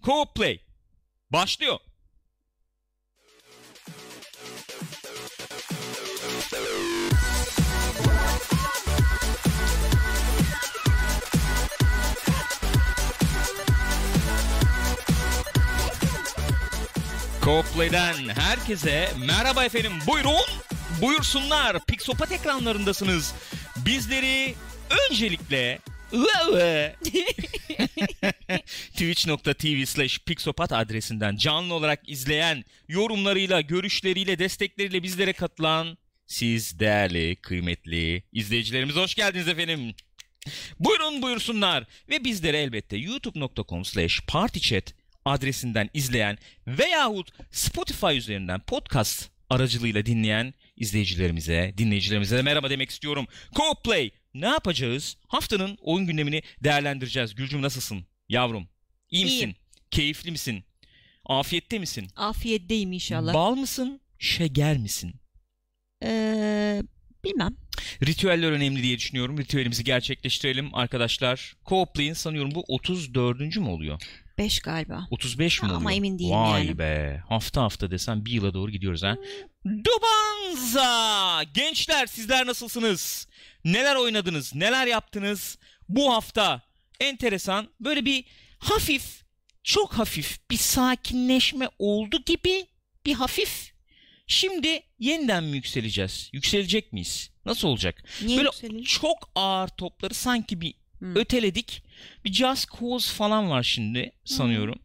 Co-Play başlıyor. Co-Play'den herkese merhaba efendim. Buyursunlar. Pixopat ekranlarındasınız. Bizleri öncelikle twitch.tv/pixopat adresinden canlı olarak izleyen, yorumlarıyla, görüşleriyle, destekleriyle bizlere katılan siz değerli, kıymetli izleyicilerimiz hoş geldiniz efendim. Buyursunlar. Ve bizleri elbette youtube.com/partychat adresinden izleyen veyahut Spotify üzerinden podcast aracılığıyla dinleyen dinleyicilerimize de merhaba demek istiyorum. Co-Play ne yapacağız? Haftanın oyun gündemini değerlendireceğiz. Gülcüm nasılsın yavrum? İyi misin? İyiyim. Keyifli misin? Afiyette misin? Afiyetteyim inşallah. Bal mısın? Şeker misin? Bilmem. Ritüeller önemli diye düşünüyorum. Ritüelimizi gerçekleştirelim arkadaşlar. Co-Play'in sanıyorum bu 34. mü oluyor? 5 galiba. 35 mi oluyor? Ama emin değilim Vay yani. be. Hafta desem bir yıla doğru gidiyoruz ha. Dubanza! Gençler sizler nasılsınız? Neler oynadınız? Neler yaptınız? Bu hafta enteresan böyle bir çok hafif bir sakinleşme oldu gibi bir hafif. Şimdi yeniden mi yükseleceğiz? Yükselecek miyiz? Nasıl olacak? Niye böyle yükseliyor? çok ağır topları sanki bir öteledik. Bir Just Cause falan var şimdi sanıyorum.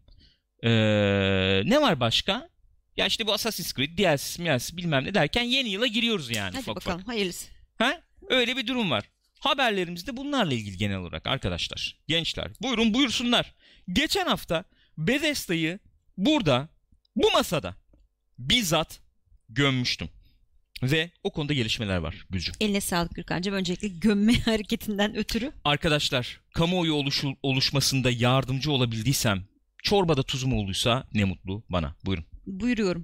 Ne var başka? Ya işte bu Assassin's Creed, DLC bilmem ne derken yeni yıla giriyoruz yani. Hadi bakalım hayırlısı. Ha? Öyle bir durum var. Haberlerimiz de bunlarla ilgili genel olarak arkadaşlar. Gençler buyursunlar. Geçen hafta Bethesda'yı burada bu masada bizzat gömmüştüm. Ve o konuda gelişmeler var Gülcüm. Eline sağlık Gürkan'cığım. Öncelikle gömme hareketinden ötürü. Arkadaşlar kamuoyu oluşmasında yardımcı olabildiysem, çorbada tuzum olduysa ne mutlu bana. Buyurun. Buyuruyorum.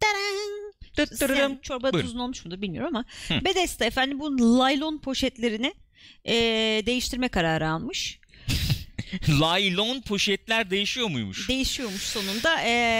Sen çorba Buyurun. tuzun olmuş mudur bilmiyorum ama Bethesda efendim bu laylon poşetlerini değiştirme kararı almış. Laylon poşetler değişiyor muymuş? Değişiyormuş sonunda.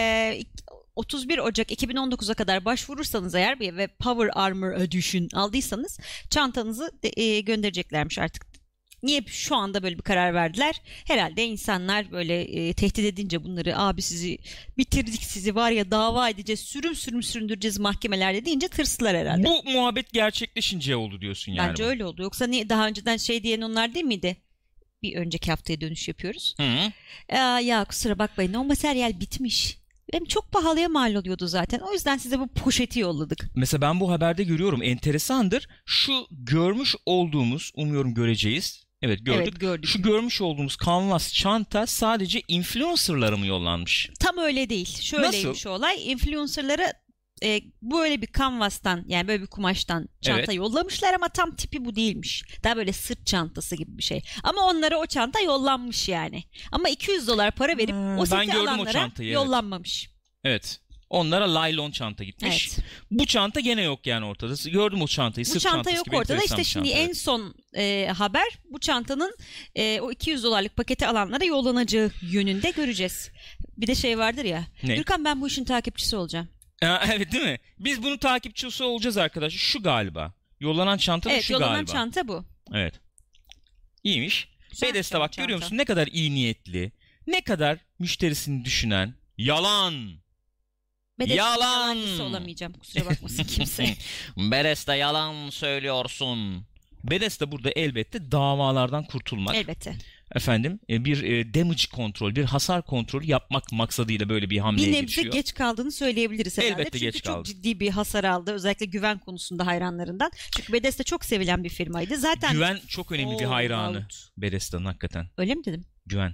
31 Ocak 2019'a kadar başvurursanız eğer ve Power Armor Edition aldıysanız çantanızı göndereceklermiş artık. Niye şu anda böyle bir karar verdiler? Herhalde insanlar böyle tehdit edince bunları abi sizi bitirdik sizi var ya dava edeceğiz sürüm süründüreceğiz mahkemelerde deyince tırstılar herhalde. Bu muhabbet gerçekleşince oldu diyorsun yani. Bence öyle oldu. Yoksa niye daha önceden diyen onlar değil miydi? Bir önceki haftaya dönüş yapıyoruz. Ya kusura bakmayın o materyal bitmiş. Hem çok pahalıya mal oluyordu zaten. O yüzden size bu poşeti yolladık. Mesela ben bu haberde görüyorum. Enteresandır. Şu görmüş olduğumuz, umuyorum göreceğiz. Evet gördük. Evet, gördük. Şu görmüş olduğumuz kanvas çanta sadece influencer'lara mı yollanmış? Tam öyle değil. Şöyleymiş olay. Influencer'lara böyle bir kanvastan yani böyle bir kumaştan çanta yollamışlar ama tam tipi bu değilmiş. Daha böyle sırt çantası gibi bir şey. Ama onlara o çanta yollanmış yani. Ama $200 para verip o seti alanlara yollanmamış. Evet. Onlara laylon çanta gitmiş. Evet. Bu çanta gene yok yani ortada. Gördüm o çantayı. Bu çanta yok ortada. İşte şimdi en son haber bu çantanın o $200'lık paketi alanlara yollanacağı yönünde göreceğiz. Bir de vardır ya. Ne? Gürkan ben bu işin takipçisi olacağım. Evet değil mi? Biz bunun takipçisi olacağız arkadaşlar. Şu galiba. Yollanan çanta da şu galiba. Evet yollanan çanta bu. Evet. İyiymiş. Bethesda bak çanta. Görüyor musun? Ne kadar iyi niyetli. Ne kadar müşterisini düşünen. Yalan. Yalan. Yalancısı olamayacağım. Kusura bakmasın kimse. Bethesda yalan söylüyorsun. Bethesda burada elbette davalardan kurtulmak. Elbette. Efendim bir damage kontrol, bir hasar kontrolü yapmak maksadıyla böyle bir hamleye geçiyor. geçiyor. Bir nebze geç kaldığını söyleyebiliriz herhalde. Elbette çünkü geç çok kaldı. ciddi bir hasar aldı. Özellikle güven konusunda hayranlarından. Çünkü Bethesda çok sevilen bir firmaydı. Zaten Güven çok önemli bir hayranı Bethesda'nın hakikaten. Öyle mi dedim? Güven.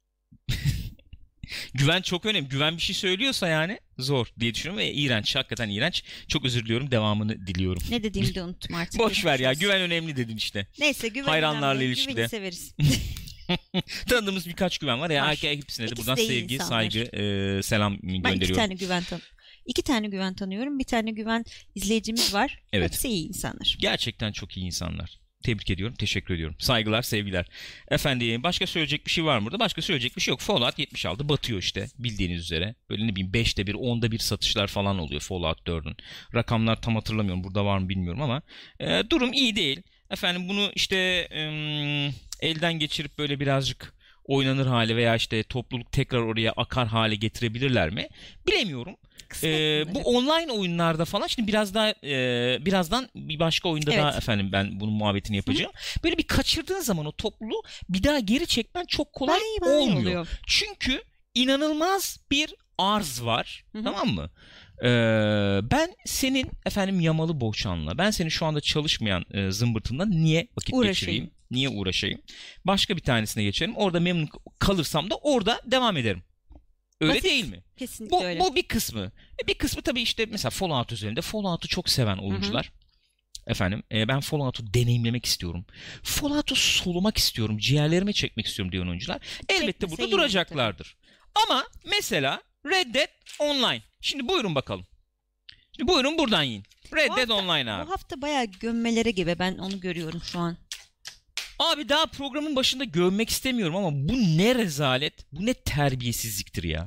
Güven çok önemli. Güven bir şey söylüyorsa yani zor diye düşünüyorum ve iğrenç. Hakikaten iğrenç. Çok özür diliyorum. Devamını diliyorum. Ne dediğimi de unuttum artık. Boş ver ya. Güven önemli dedin işte. Neyse güven hayranlarla önemli. ilişkide. Güveni severiz. Tanıdığımız birkaç güven var ya. Hepsine de buradan sevgi, saygı, selam gönderiyorum. Ben iki tane güven tanıyorum. Bir tane güven izleyicimiz var. Evet. Hepsi iyi insanlar. Gerçekten çok iyi insanlar. Tebrik ediyorum. Teşekkür ediyorum. Saygılar, sevgiler. Efendim başka söyleyecek bir şey var mı burada? Başka söyleyecek bir şey yok. Fallout 76 batıyor işte bildiğiniz üzere. Böyle ne bileyim 5'te 1, 10'da 1 satışlar falan oluyor Fallout 4'ün. Rakamlar tam hatırlamıyorum. Burada var mı bilmiyorum ama durum iyi değil. Efendim bunu işte elden geçirip böyle birazcık oynanır hale veya işte topluluk tekrar oraya akar hale getirebilirler mi? Bilemiyorum. Bu online oyunlarda falan şimdi birazdan bir başka oyunda daha efendim ben bunun muhabbetini yapacağım. Hı-hı. Böyle bir kaçırdığın zaman o topluluğu bir daha geri çekmen çok kolay olmuyor. Çünkü inanılmaz bir arz var. Hı-hı. Tamam mı? Ben senin efendim yamalı boğçanla, ben senin şu anda çalışmayan zımbırtından niye vakit geçireyim? Niye uğraşayım? Başka bir tanesine geçerim. Orada memnun kalırsam da orada devam ederim. Öyle basit, değil mi? Kesinlikle öyle. Bu bir kısmı. Bir kısmı tabii işte mesela Fallout üzerinde. Fallout'u çok seven oyuncular. Hı-hı. Efendim ben Fallout'u deneyimlemek istiyorum. Fallout'u solumak istiyorum. Ciğerlerime çekmek istiyorum diyen oyuncular. Elbette burada duracaklardır. Ama mesela Red Dead Online. Şimdi buyurun bakalım. Şimdi buyurun buradan yiyin. Red Dead Online abi. Bu hafta bayağı gömmelere gibi, ben onu görüyorum şu an. Abi daha programın başında gömmek istemiyorum ama bu ne rezalet, bu ne terbiyesizliktir ya.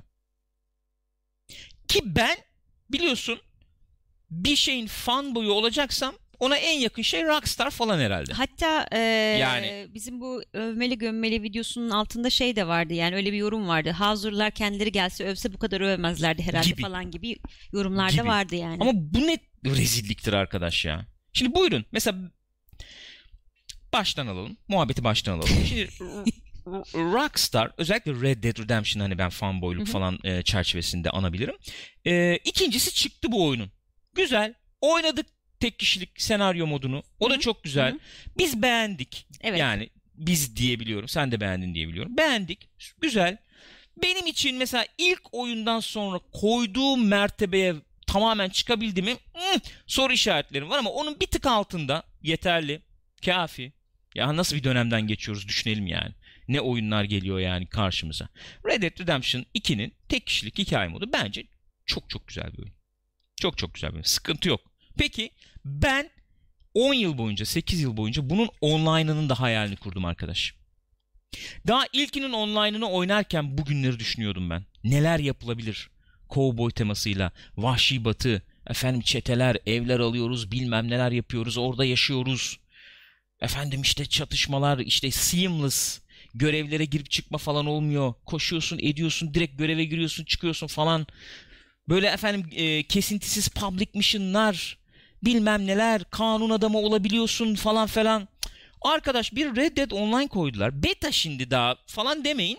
Ki ben biliyorsun bir şeyin fanboyu olacaksam ona en yakın şey Rockstar falan herhalde. Hatta yani bizim bu övmeli gömmeli videosunun altında şey de vardı, yani öyle bir yorum vardı. Hazırlar kendileri gelse övse bu kadar övmezlerdi herhalde gibi. Falan gibi yorumlar da vardı yani. Ama bu ne rezilliktir arkadaş ya. Şimdi buyurun mesela baştan alalım. Muhabbeti baştan alalım. Şimdi Rockstar özellikle Red Dead Redemption hani ben fanboyluk falan çerçevesinde anabilirim. İkincisi çıktı bu oyunun. Güzel. Oynadık tek kişilik senaryo modunu. O da çok güzel. Hı-hı. Biz beğendik. Evet. Yani biz diyebiliyorum. Sen de beğendin diyebiliyorum. Beğendik. Güzel. Benim için mesela ilk oyundan sonra koyduğum mertebeye tamamen çıkabildi mi? Soru işaretlerim var ama onun bir tık altında yeterli. Kafi. Ya nasıl bir dönemden geçiyoruz düşünelim yani. Ne oyunlar geliyor yani karşımıza. Red Dead Redemption 2'nin tek kişilik hikaye modu bence çok çok güzel bir oyun. Çok çok güzel bir oyun. Sıkıntı yok. Peki ben 10 yıl boyunca 8 yıl boyunca bunun online'ının da hayalini kurdum arkadaş. Daha ilkinin online'ını oynarken bugünleri düşünüyordum ben. Neler yapılabilir? Cowboy temasıyla, vahşi batı, efendim çeteler, evler alıyoruz, bilmem neler yapıyoruz, orada yaşıyoruz. Efendim işte çatışmalar, işte seamless, görevlere girip çıkma falan olmuyor. Koşuyorsun, ediyorsun, direkt göreve giriyorsun, çıkıyorsun falan. Böyle efendim kesintisiz public mission'lar, bilmem neler, kanun adamı olabiliyorsun falan falan. Arkadaş bir Red Dead Online koydular. Beta şimdi daha falan demeyin.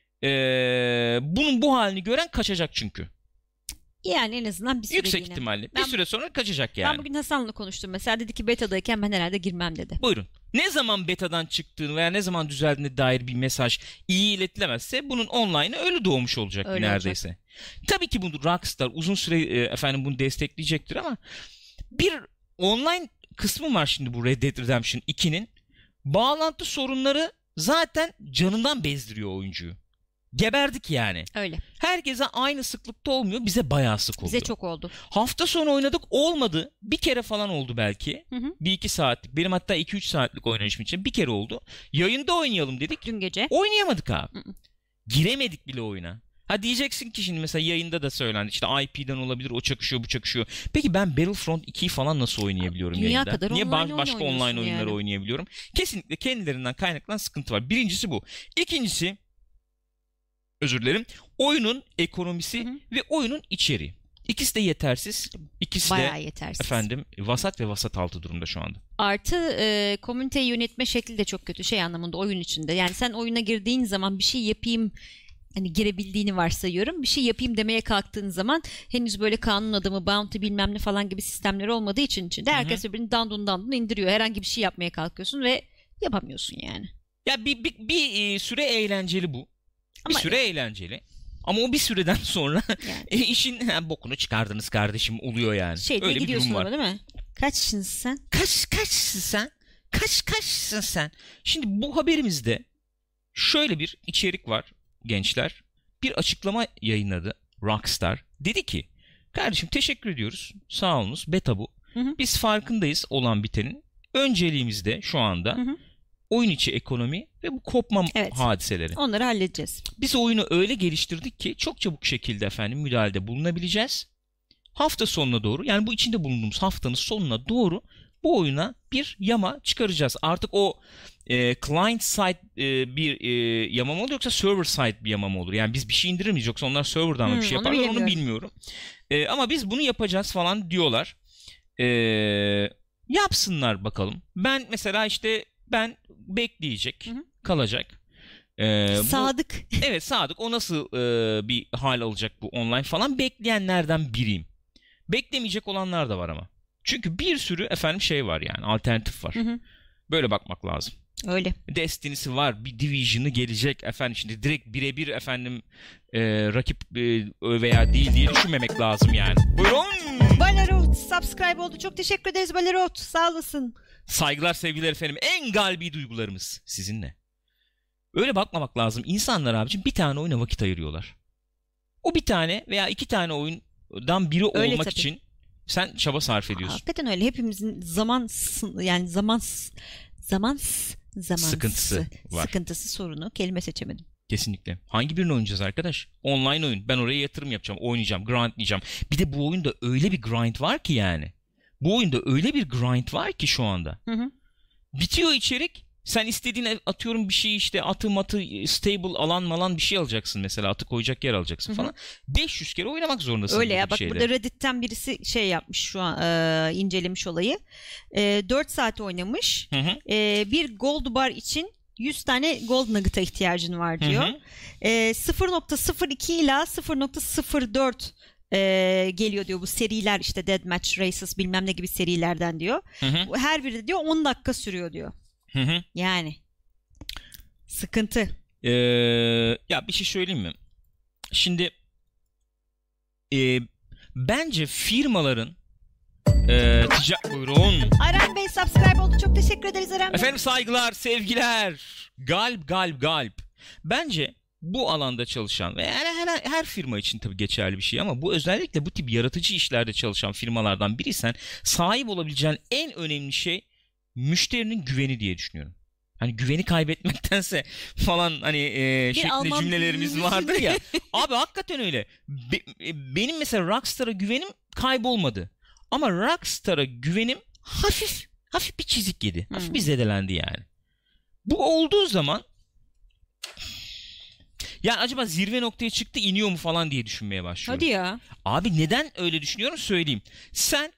Bunun bu halini gören kaçacak çünkü. Yani en azından bir süre yüksek ihtimalle. Bir süre sonra kaçacak yani. Ben bugün Hasan'la konuştum. Mesela dedi ki betadayken ben herhalde girmem dedi. Buyurun. Ne zaman betadan çıktığını veya ne zaman düzeldiğine dair bir mesaj iyi iletilemezse bunun online'ı ölü doğmuş olacak öyle neredeyse. Olacak. Tabii ki bunu Rockstar uzun süre efendim bunu destekleyecektir ama bir online kısmı var şimdi bu Red Dead Redemption 2'nin. Bağlantı sorunları zaten canından bezdiriyor oyuncuyu. Geberdik yani. Öyle. Herkese aynı sıklıkta olmuyor. Bize bayağı sık oluyor. Bize çok oldu. Hafta sonu oynadık olmadı. Bir kere falan oldu belki. Hı. 1-2 saatlik. Benim hatta 2-3 saatlik oynayışım için bir kere oldu. Yayında oynayalım dedik. Dün gece. Oynayamadık abi. Hı. Giremedik bile oyuna. Ha diyeceksin ki şimdi mesela yayında da söylendi. İşte IP'den olabilir, o çakışıyor, bu çakışıyor. Peki ben Battlefront 2'yi falan nasıl oynayabiliyorum Dünya yayında? Kadar niye başka online yani oyunları oynayabiliyorum? Kesinlikle kendilerinden kaynaklanan sıkıntı var. Birincisi bu. İkincisi özür dilerim. Oyunun ekonomisi ve oyunun içeriği. İkisi de yetersiz. İkisi bayağı de yetersiz. Efendim vasat ve vasat altı durumda şu anda. Artı komüniteyi yönetme şekli de çok kötü şey anlamında oyun içinde. Yani sen oyuna girdiğin zaman bir şey yapayım, hani girebildiğini varsayıyorum. Bir şey yapayım demeye kalktığın zaman henüz böyle kanun adamı, bounty bilmem ne falan gibi sistemler olmadığı için içinde herkes birbirini dandun indiriyor. Herhangi bir şey yapmaya kalkıyorsun ve yapamıyorsun yani. Ya bir süre eğlenceli bu. Bir süre eğlenceli. Ama o bir süreden sonra yani. işin bokunu çıkardınız kardeşim oluyor yani. Öyle bir durum var. Ama, değil mi? Kaçsın sen? Kaçsın sen? Kaçsın sen? Şimdi bu haberimizde şöyle bir içerik var gençler. Bir açıklama yayınladı Rockstar. Dedi ki kardeşim teşekkür ediyoruz. Sağ olunuz. Beta bu. Biz farkındayız olan bitenin. önceliğimizde şu anda oyun içi ekonomi ve bu kopma hadiseleri. Onları halledeceğiz. Biz oyunu öyle geliştirdik ki çok çabuk şekilde efendim müdahalede bulunabileceğiz. Hafta sonuna doğru, yani bu içinde bulunduğumuz haftanın sonuna doğru bu oyuna bir yama çıkaracağız. Artık o client side bir yama mı olur yoksa server side bir yama mı olur? Yani biz bir şey indirir miyiz yoksa onlar serverdan mı bir şey yaparlar onu bilmiyorum. Ama biz bunu yapacağız falan diyorlar. Yapsınlar bakalım. Ben mesela işte bekleyecek, kalacak. Sadık. Evet, sadık. O nasıl bir hal alacak bu online falan, bekleyenlerden biriyim. Beklemeyecek olanlar da var ama. Çünkü bir sürü efendim şey var, yani alternatif var. Böyle bakmak lazım. Öyle. Destiny'si var, bir Division'ı gelecek efendim, şimdi direkt birebir efendim rakip veya değil diye düşünmemek lazım yani. Buyurun. Balerot subscribe oldu. Çok teşekkür ederiz Balerot. Sağ olasın. Saygılar, sevgiler efendim. En galbi duygularımız sizinle. Öyle bakmamak lazım. İnsanlar abicim bir tane oyuna vakit ayırıyorlar. O bir tane veya iki tane oyundan biri öyle olmak için sen çaba sarf ediyorsun. Hakikaten öyle. Hepimizin zaman sıkıntısı var. Sıkıntısı, sorunu. Kelime seçemedim. Kesinlikle. Hangi birini oynayacağız arkadaş? Online oyun. Ben oraya yatırım yapacağım, oynayacağım, grindlayacağım. Bir de bu oyunda öyle bir grind var ki yani. Bu oyunda öyle bir grind var ki şu anda. Bitiyor içerik. Sen istediğin, atıyorum bir şey işte, atı stable alan malan bir şey alacaksın mesela, atı koyacak yer alacaksın falan. 500 kere oynamak zorundasın. Öyle ya, bak burada Reddit'ten birisi şey yapmış şu an, incelemiş olayı. 4 saat oynamış. Bir gold bar için 100 tane gold nugget'a ihtiyacın var diyor. 0.02 ila 0.04 geliyor diyor bu seriler, işte Deathmatch, Races bilmem ne gibi serilerden diyor. Her biri diyor 10 dakika sürüyor diyor. Yani sıkıntı. Ya bir şey söyleyeyim mi? Şimdi bence firmaların buyurun. Eren Bey subscribe oldu. Çok teşekkür ederiz Eren Bey. Efendim saygılar, sevgiler. Galp. Bence bu alanda çalışan ve her firma için tabii geçerli bir şey ama bu özellikle bu tip yaratıcı işlerde çalışan firmalardan biriysen sahip olabileceğin en önemli şey müşterinin güveni diye düşünüyorum. Hani güveni kaybetmektense falan hani şeklinde cümlelerimiz vardır ya. Abi hakikaten öyle. Benim mesela Rockstar'a güvenim kaybolmadı. Ama Rockstar'a güvenim hafif bir çizik yedi. Hafif bir zedelendi yani. Bu olduğu zaman ya acaba zirve noktaya çıktı, iniyor mu falan diye düşünmeye başlıyorum. Hadi ya. Abi neden öyle düşünüyorum söyleyeyim. Sen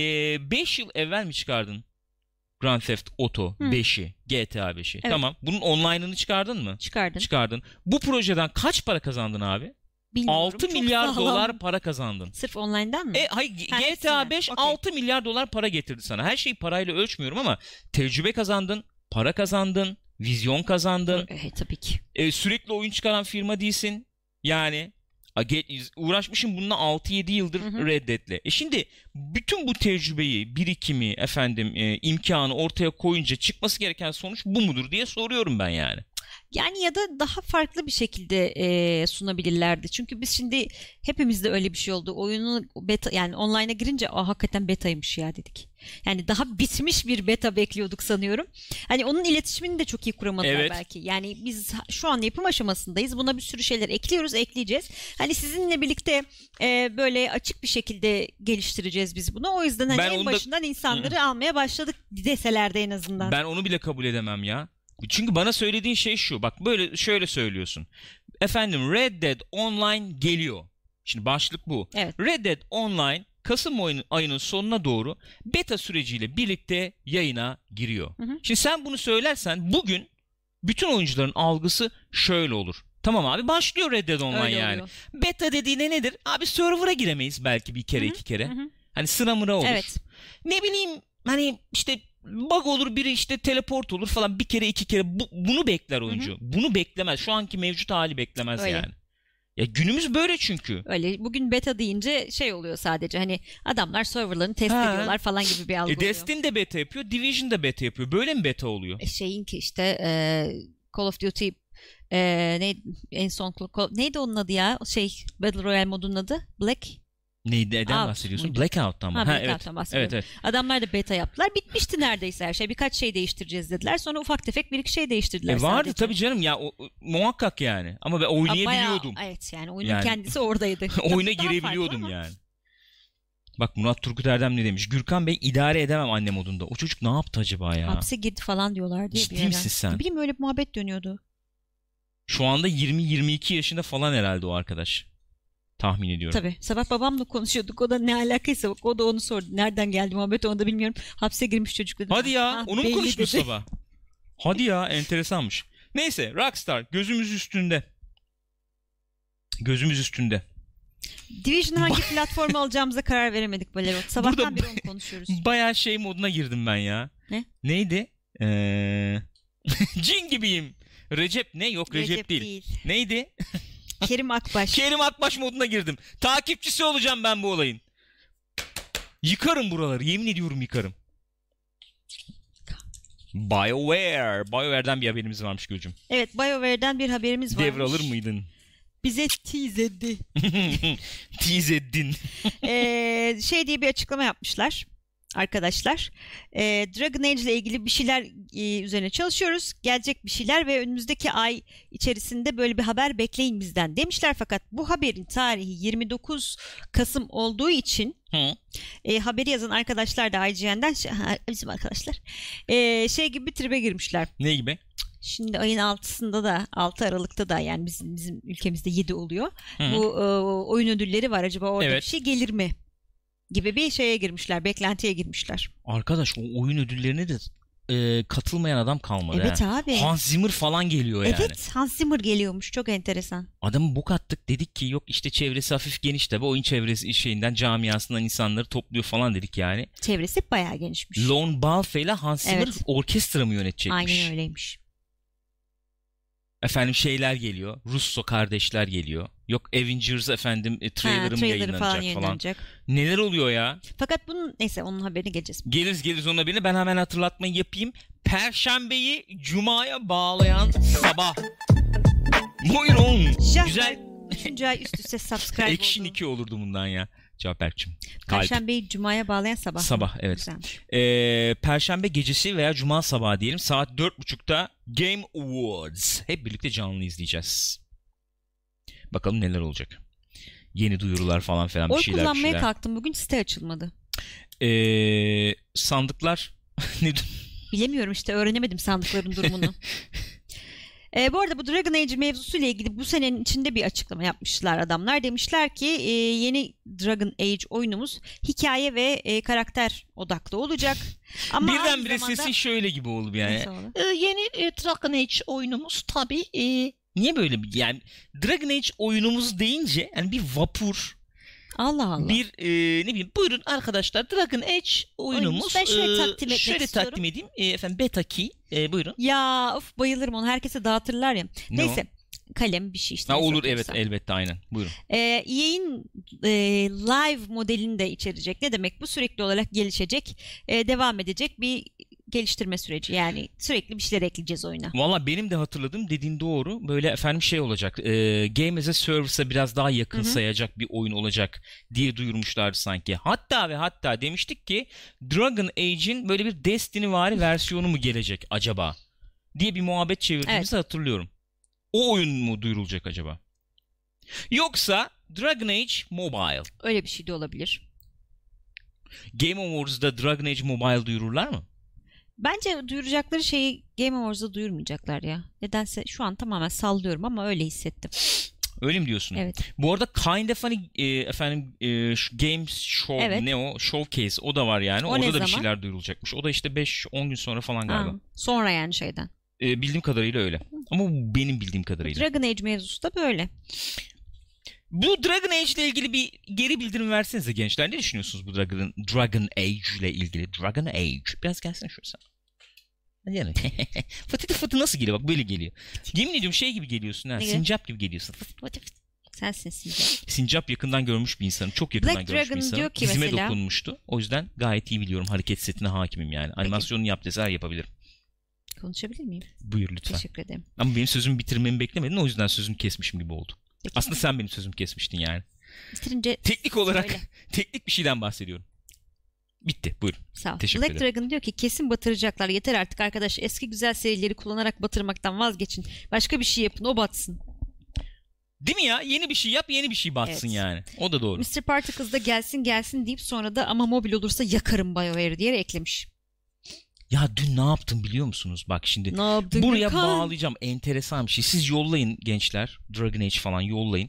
5 yıl evvel mi çıkardın Grand Theft Auto 5'i, GTA 5'i? Evet. Tamam. Bunun online'ını çıkardın mı? Çıkardın. Bu projeden kaç para kazandın abi? Bilmiyorum. 6 milyar dolar para kazandın. Sırf online'dan mı? Hayır, GTA 5 6 milyar dolar para getirdi sana. Her şeyi parayla ölçmüyorum ama tecrübe kazandın, para kazandın, vizyon kazandın. Evet, tabii ki. Sürekli oyun çıkaran firma değilsin. Yani uğraşmışım bununla 6-7 yıldır Red Dead'le. Şimdi bütün bu tecrübeyi, birikimi, efendim imkanı ortaya koyunca çıkması gereken sonuç bu mudur diye soruyorum ben yani. Yani ya da daha farklı bir şekilde sunabilirlerdi. Çünkü biz şimdi hepimizde öyle bir şey oldu. Oyunun beta, yani online'a girince hakikaten betaymış ya dedik. Yani daha bitmiş bir beta bekliyorduk sanıyorum. Hani onun iletişimini de çok iyi kuramadılar belki. Yani biz şu an yapım aşamasındayız. Buna bir sürü şeyler ekliyoruz, ekleyeceğiz. Hani sizinle birlikte böyle açık bir şekilde geliştireceğiz biz bunu. O yüzden hani en başından insanları almaya başladık deselerdi en azından. Ben onu bile kabul edemem ya. Çünkü bana söylediğin şey şu. Bak böyle şöyle söylüyorsun. Efendim Red Dead Online geliyor. Şimdi başlık bu. Evet. Red Dead Online Kasım ayının sonuna doğru beta süreciyle birlikte yayına giriyor. Şimdi sen bunu söylersen bugün bütün oyuncuların algısı şöyle olur. Tamam abi, başlıyor Red Dead Online. Öyle yani. Oluyor. Beta dediğine nedir? Abi server'a giremeyiz belki bir kere iki kere. Hani sıra mıra olur. Evet. Ne bileyim hani işte bug olur, biri işte teleport olur falan, bir kere iki kere bunu bekler oyuncu. Bunu beklemez. Şu anki mevcut hali beklemez yani. Ya günümüz böyle çünkü. Öyle. Bugün beta deyince şey oluyor sadece, hani adamlar serverlarını test ediyorlar falan gibi bir algı oluyor. Destiny de beta yapıyor, Division da beta yapıyor. Böyle mi beta oluyor? Şeyinki işte Call of Duty en son neydi onun adı ya? Battle Royale modunun adı? Neyden Out bahsediyorsun? muydu? Blackout'tan mı? Blackout'tan bahsediyorum. Evet. Adamlar da beta yaptılar. Bitmişti neredeyse her şey. Birkaç şey değiştireceğiz dediler. Sonra ufak tefek bir iki şey değiştirdiler Vardı sadece. tabii canım ya muhakkak yani. Ama ben oynayabiliyordum. Bayağı, evet yani oyunun kendisi oradaydı. Oyuna Daha girebiliyordum yani. Bak Murat Turgut Erdem ne demiş? Gürkan Bey idare edemem anne modunda. O çocuk ne yaptı acaba ya? Hapse girdi falan diyorlar diye Ciddi misin sen? Ne bileyim öyle bir muhabbet dönüyordu. Şu anda 20-22 yaşında falan herhalde o arkadaş. Tahmin ediyorum. Tabii. Sabah babamla konuşuyorduk. O da ne alakaysa bak, o da onu sordu. Nereden geldi muhabbet onu da bilmiyorum. Hapse girmiş çocuk dedim. Hadi ya onu mu belli konuştunuz dedi. sabah? Hadi ya enteresanmış. Neyse Rockstar gözümüz üstünde. Gözümüz üstünde. Division hangi platformu alacağımıza karar veremedik Valero. Sabahtan Burada beri onu konuşuyoruz. Bayağı şey moduna girdim ben ya. Ne? Neydi? Cin gibiyim. Recep ne? Yok Recep değil. Neydi? Kerim Akbaş. Kerim Akbaş moduna girdim. Takipçisi olacağım ben bu olayın. Yıkarım buraları. Yemin ediyorum yıkarım. BioWare. BioWare'den bir haberimiz varmış Gülcüm. Evet, BioWare'den bir haberimiz varmış. Devralır mıydın? Bize tease etti. Tease ettin. Şey diye bir açıklama yapmışlar arkadaşlar. Dragon Age ile ilgili bir şeyler üzerine çalışıyoruz. Gelecek bir şeyler ve önümüzdeki ay içerisinde böyle bir haber bekleyin bizden demişler. Fakat bu haberin tarihi 29 Kasım olduğu için haberi yazan arkadaşlar da IGN'den bizim arkadaşlar şey gibi bir tribe girmişler. Ne gibi? Şimdi ayın 6'sında da 6 Aralık'ta da yani bizim ülkemizde 7 oluyor. Bu oyun ödülleri var. Acaba orada bir şey gelir mi? Gibi bir şeye girmişler. Beklentiye girmişler. Arkadaş o oyun ödüllerine de katılmayan adam kalmadı. Evet abi. Hans Zimmer falan geliyor yani. Evet Hans Zimmer geliyormuş. Çok enteresan. Adamı bok attık dedik ki yok işte çevresi hafif geniş tabi oyun çevresi şeyinden camiasından insanları topluyor falan dedik yani. Çevresi bayağı genişmiş. Lon Balfe ile Hans Zimmer orkestra mı yönetecekmiş? Aynen öyleymiş. Efendim şeyler geliyor. Russo kardeşler geliyor. Yok Avengers efendim trailer'ım yayınlanacak falan. Neler oluyor ya? Fakat bunun neyse onun haberini geleceğiz. Geliriz onun haberini. Ben hemen hatırlatmayı yapayım. Perşembeyi Cuma'ya bağlayan sabah. Buyurun. Güzel. 3. ay üst üste subscribe oldu. Action 2 olurdu bundan ya. Cafer'cim. Perşembeyi Cuma'ya bağlayan sabah. Sabah evet. Perşembe gecesi veya Cuma sabahı diyelim saat 4.30'da Game Awards. Hep birlikte canlı izleyeceğiz. Bakalım neler olacak. Yeni duyurular falan filan bir şeyler. Oy kullanmaya kalktım bugün site açılmadı. Sandıklar ne? Bilemiyorum işte öğrenemedim sandıkların durumunu. Bu arada bu Dragon Age mevzusuyla ilgili bu senenin içinde bir açıklama yapmışlar adamlar. Demişler ki yeni Dragon Age oyunumuz hikaye ve karakter odaklı olacak. Ama birdenbire sesi şöyle gibi oldu yani. Yeni Dragon Age oyunumuz tabii niye böyle bir yani Dragon Age oyunumuz deyince yani bir vapur. Allah Allah. Bir ne bileyim buyurun arkadaşlar Dragon Age oyunumuz. Ben şöyle takdim edeyim. Efendim beta key buyurun. Ya of bayılırım onu herkese dağıtırlar ya. Neyse kalem bir şey işte. Olur evet elbette aynen buyurun. EA'in live modelini de içerecek. Ne demek bu sürekli olarak gelişecek devam edecek bir geliştirme süreci yani sürekli bir şeyler ekleyeceğiz oyuna. Valla benim de hatırladığım dediğin doğru böyle efendim şey olacak Game as a Service'a biraz daha yakın sayacak bir oyun olacak diye duyurmuşlardı sanki. Hatta demiştik ki Dragon Age'in böyle bir Destiny'vari versiyonu mu gelecek acaba diye bir muhabbet çevirdiğimizi hatırlıyorum. O oyun mu duyurulacak acaba? Yoksa Dragon Age Mobile. Öyle bir şey de olabilir. Game Awards'da Dragon Age Mobile duyururlar mı? Bence duyuracakları şeyi Game Awards'da duyurmayacaklar ya. Nedense şu an tamamen sallıyorum ama öyle hissettim. Öyle mi diyorsun? Evet. Bu arada Kind of Funny Games Show ne o? Showcase o da var yani. Orada da bir şeyler duyurulacakmış. O da işte 5-10 gün sonra falan galiba. Sonra yani şeyden. Bildiğim kadarıyla öyle. Ama bu benim bildiğim kadarıyla. Dragon Age mevzusu da böyle. Bu Dragon Age ile ilgili bir geri bildirim versenize gençler. Ne düşünüyorsunuz bu Dragon Age ile ilgili? Dragon Age. Biraz gelsene şöyle sen. Yani fıtı nasıl geliyor? Bak böyle geliyor. Yemin ediyorum şey gibi geliyorsun ha. Sincap gibi geliyorsun. Sensin Sincap. Sincap yakından görmüş bir insanım. Çok yakından Black görmüş Dragon bir insanım. diyor ki Dizime mesela, dokunmuştu. O yüzden gayet iyi biliyorum. Hareket setine hakimim yani. Animasyonunu yap deseler yapabilirim. Konuşabilir miyim? Buyur lütfen. Teşekkür ederim. Ama benim sözümü bitirmemi beklemedin. O yüzden sözümü kesmişim gibi oldu. Peki. Aslında sen benim sözümü kesmiştin yani. Bitirince Teknik olarak söyle. teknik bir şeyden bahsediyorum. Bitti. Buyurun. Sağ ol. Teşekkür Black ederim. Dragon diyor ki kesin batıracaklar. Yeter artık arkadaş. Eski güzel serileri kullanarak batırmaktan vazgeçin. Başka bir şey yapın. O batsın. Değil mi ya? Yeni bir şey yap, yeni bir şey batsın Evet. yani. O da doğru. Mr. Particles da gelsin deyip sonra da ama mobil olursa yakarım BioWare'ı diye eklemiş. Ya dün ne yaptım biliyor musunuz? Bak şimdi Ne yaptın buraya Gökhan? bağlayacağım. Enteresan bir şey. Siz yollayın gençler. Dragon Age falan yollayın.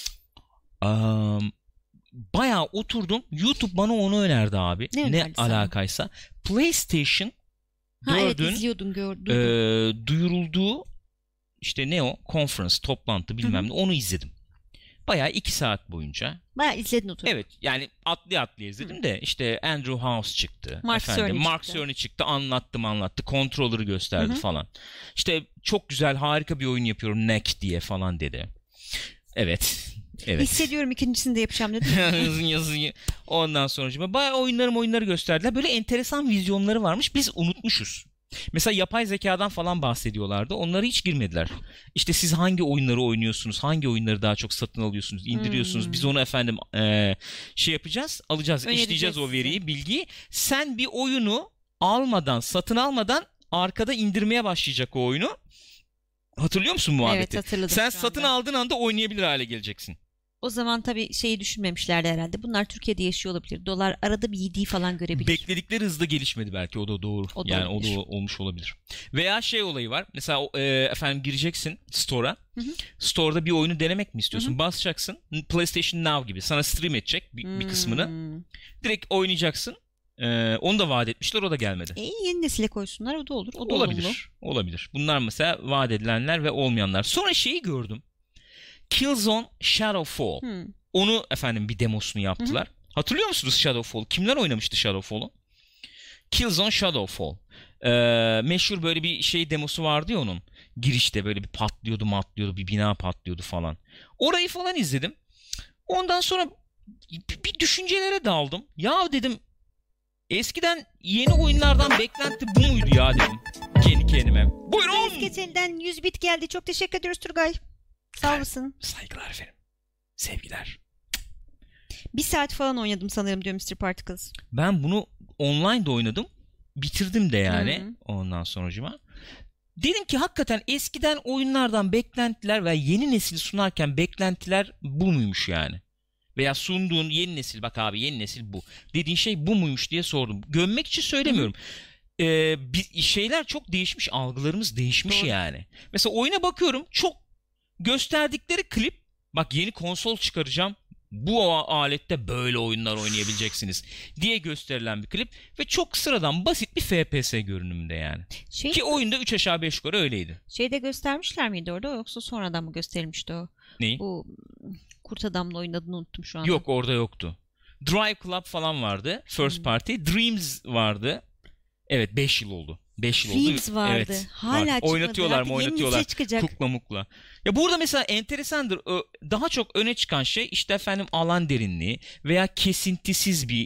Bayağı oturdum. YouTube bana onu önerdi abi. Ne Ne önerdi sana? alakaysa. PlayStation Ha evet 4'ün izliyordum gördüm. duyurulduğu işte ne o? Conference, toplantı bilmem ne. Onu izledim. Bayağı 2 saat boyunca. Bayağı izledin oturdun. Evet yani atlaya izledim de işte Andrew House çıktı. Mark Cerny Mark çıktı. Cerny çıktı. Anlattı. Controller'ı gösterdi Hı hı. falan. İşte çok güzel harika bir oyun yapıyorum Neck diye falan dedi. Evet. Hissediyorum ikincisini de yapacağım dedim. yazın. Ondan sonra bayağı oyunları gösterdiler. Böyle enteresan vizyonları varmış. Biz unutmuşuz. Mesela yapay zekadan falan bahsediyorlardı. Onlara hiç girmediler. İşte siz hangi oyunları oynuyorsunuz? Hangi oyunları daha çok satın alıyorsunuz? İndiriyorsunuz. Biz onu efendim şey yapacağız. Alacağız. Önereceğiz İşleyeceğiz o size. veriyi, bilgiyi. Sen bir oyunu satın almadan arkada indirmeye başlayacak o oyunu. Hatırlıyor musun muhabbeti? Evet hatırladım. Sen şu satın anda. aldığın anda oynayabilir hale geleceksin. O zaman tabii şeyi düşünmemişlerdi herhalde. Bunlar Türkiye'de yaşıyor olabilir. Dolar arada bir yediği falan görebilir. Bekledikleri hızda gelişmedi belki. O da doğru. O da yani olabilir. o da olmuş olabilir. Veya şey olayı var. Mesela efendim gireceksin store'a. Hı hı. Store'da bir oyunu denemek mi istiyorsun? Hı hı. Basacaksın. PlayStation Now gibi. Sana stream edecek bir kısmını. Direkt oynayacaksın. Onu da vaat etmişler. O da gelmedi. Yeni nesile koysunlar. O da olur. O da Olabilir. olumlu. Olabilir. Bunlar mesela vaat edilenler ve olmayanlar. Sonra şeyi gördüm. Killzone Shadowfall. Onu efendim bir demosunu yaptılar. Hatırlıyor musunuz Shadowfall? Kimler oynamıştı Shadowfall'u? Killzone Shadowfall. Meşhur böyle bir şey demosu vardı ya onun. Girişte böyle bir patlıyordu, bir bina patlıyordu falan. Orayı falan izledim. Ondan sonra bir düşüncelere daldım. Ya dedim eskiden yeni oyunlardan beklenti bu muydu ya dedim. Kendi kendime. Buyurun. Geçenden 100 bit geldi. Çok teşekkür ediyoruz Turgay. Sağ olasın. Saygılar efendim. Sevgiler. 1 saat falan oynadım sanırım diyor Mr. Particles. Ben bunu online de oynadım. Bitirdim de yani ondan sonracıma. Dedim ki hakikaten eskiden oyunlardan beklentiler ve yeni nesil sunarken beklentiler bu muymuş yani? Veya sunduğun yeni nesil bak abi yeni nesil bu. Dediğin şey bu muymuş diye sordum. Gömmek için söylemiyorum. Şeyler çok değişmiş. Algılarımız değişmiş. Doğru. Yani. Mesela oyuna bakıyorum çok gösterdikleri klip bak yeni konsol çıkaracağım. Bu alette böyle oyunlar oynayabileceksiniz diye gösterilen bir klip ve çok sıradan basit bir FPS görünümünde yani. Ki oyunda 3 aşağı 5 yukarı öyleydi. Şeyde göstermişler miydi orada yoksa sonradan mı gösterilmişti o? Neyi? Bu Kurt Adam'la oyunun adını unuttum şu anda. Yok orada yoktu. Drive Club falan vardı. First Party. Dreams vardı. Evet 5 yıl oldu. 5 yıl Dreams oldu. vardı. Evet, hala var. çıkmadı. Oynatıyorlar mı oynatıyorlar. Kukla mukla. Ya burada mesela enteresandır. Daha çok öne çıkan şey işte efendim alan derinliği veya kesintisiz bir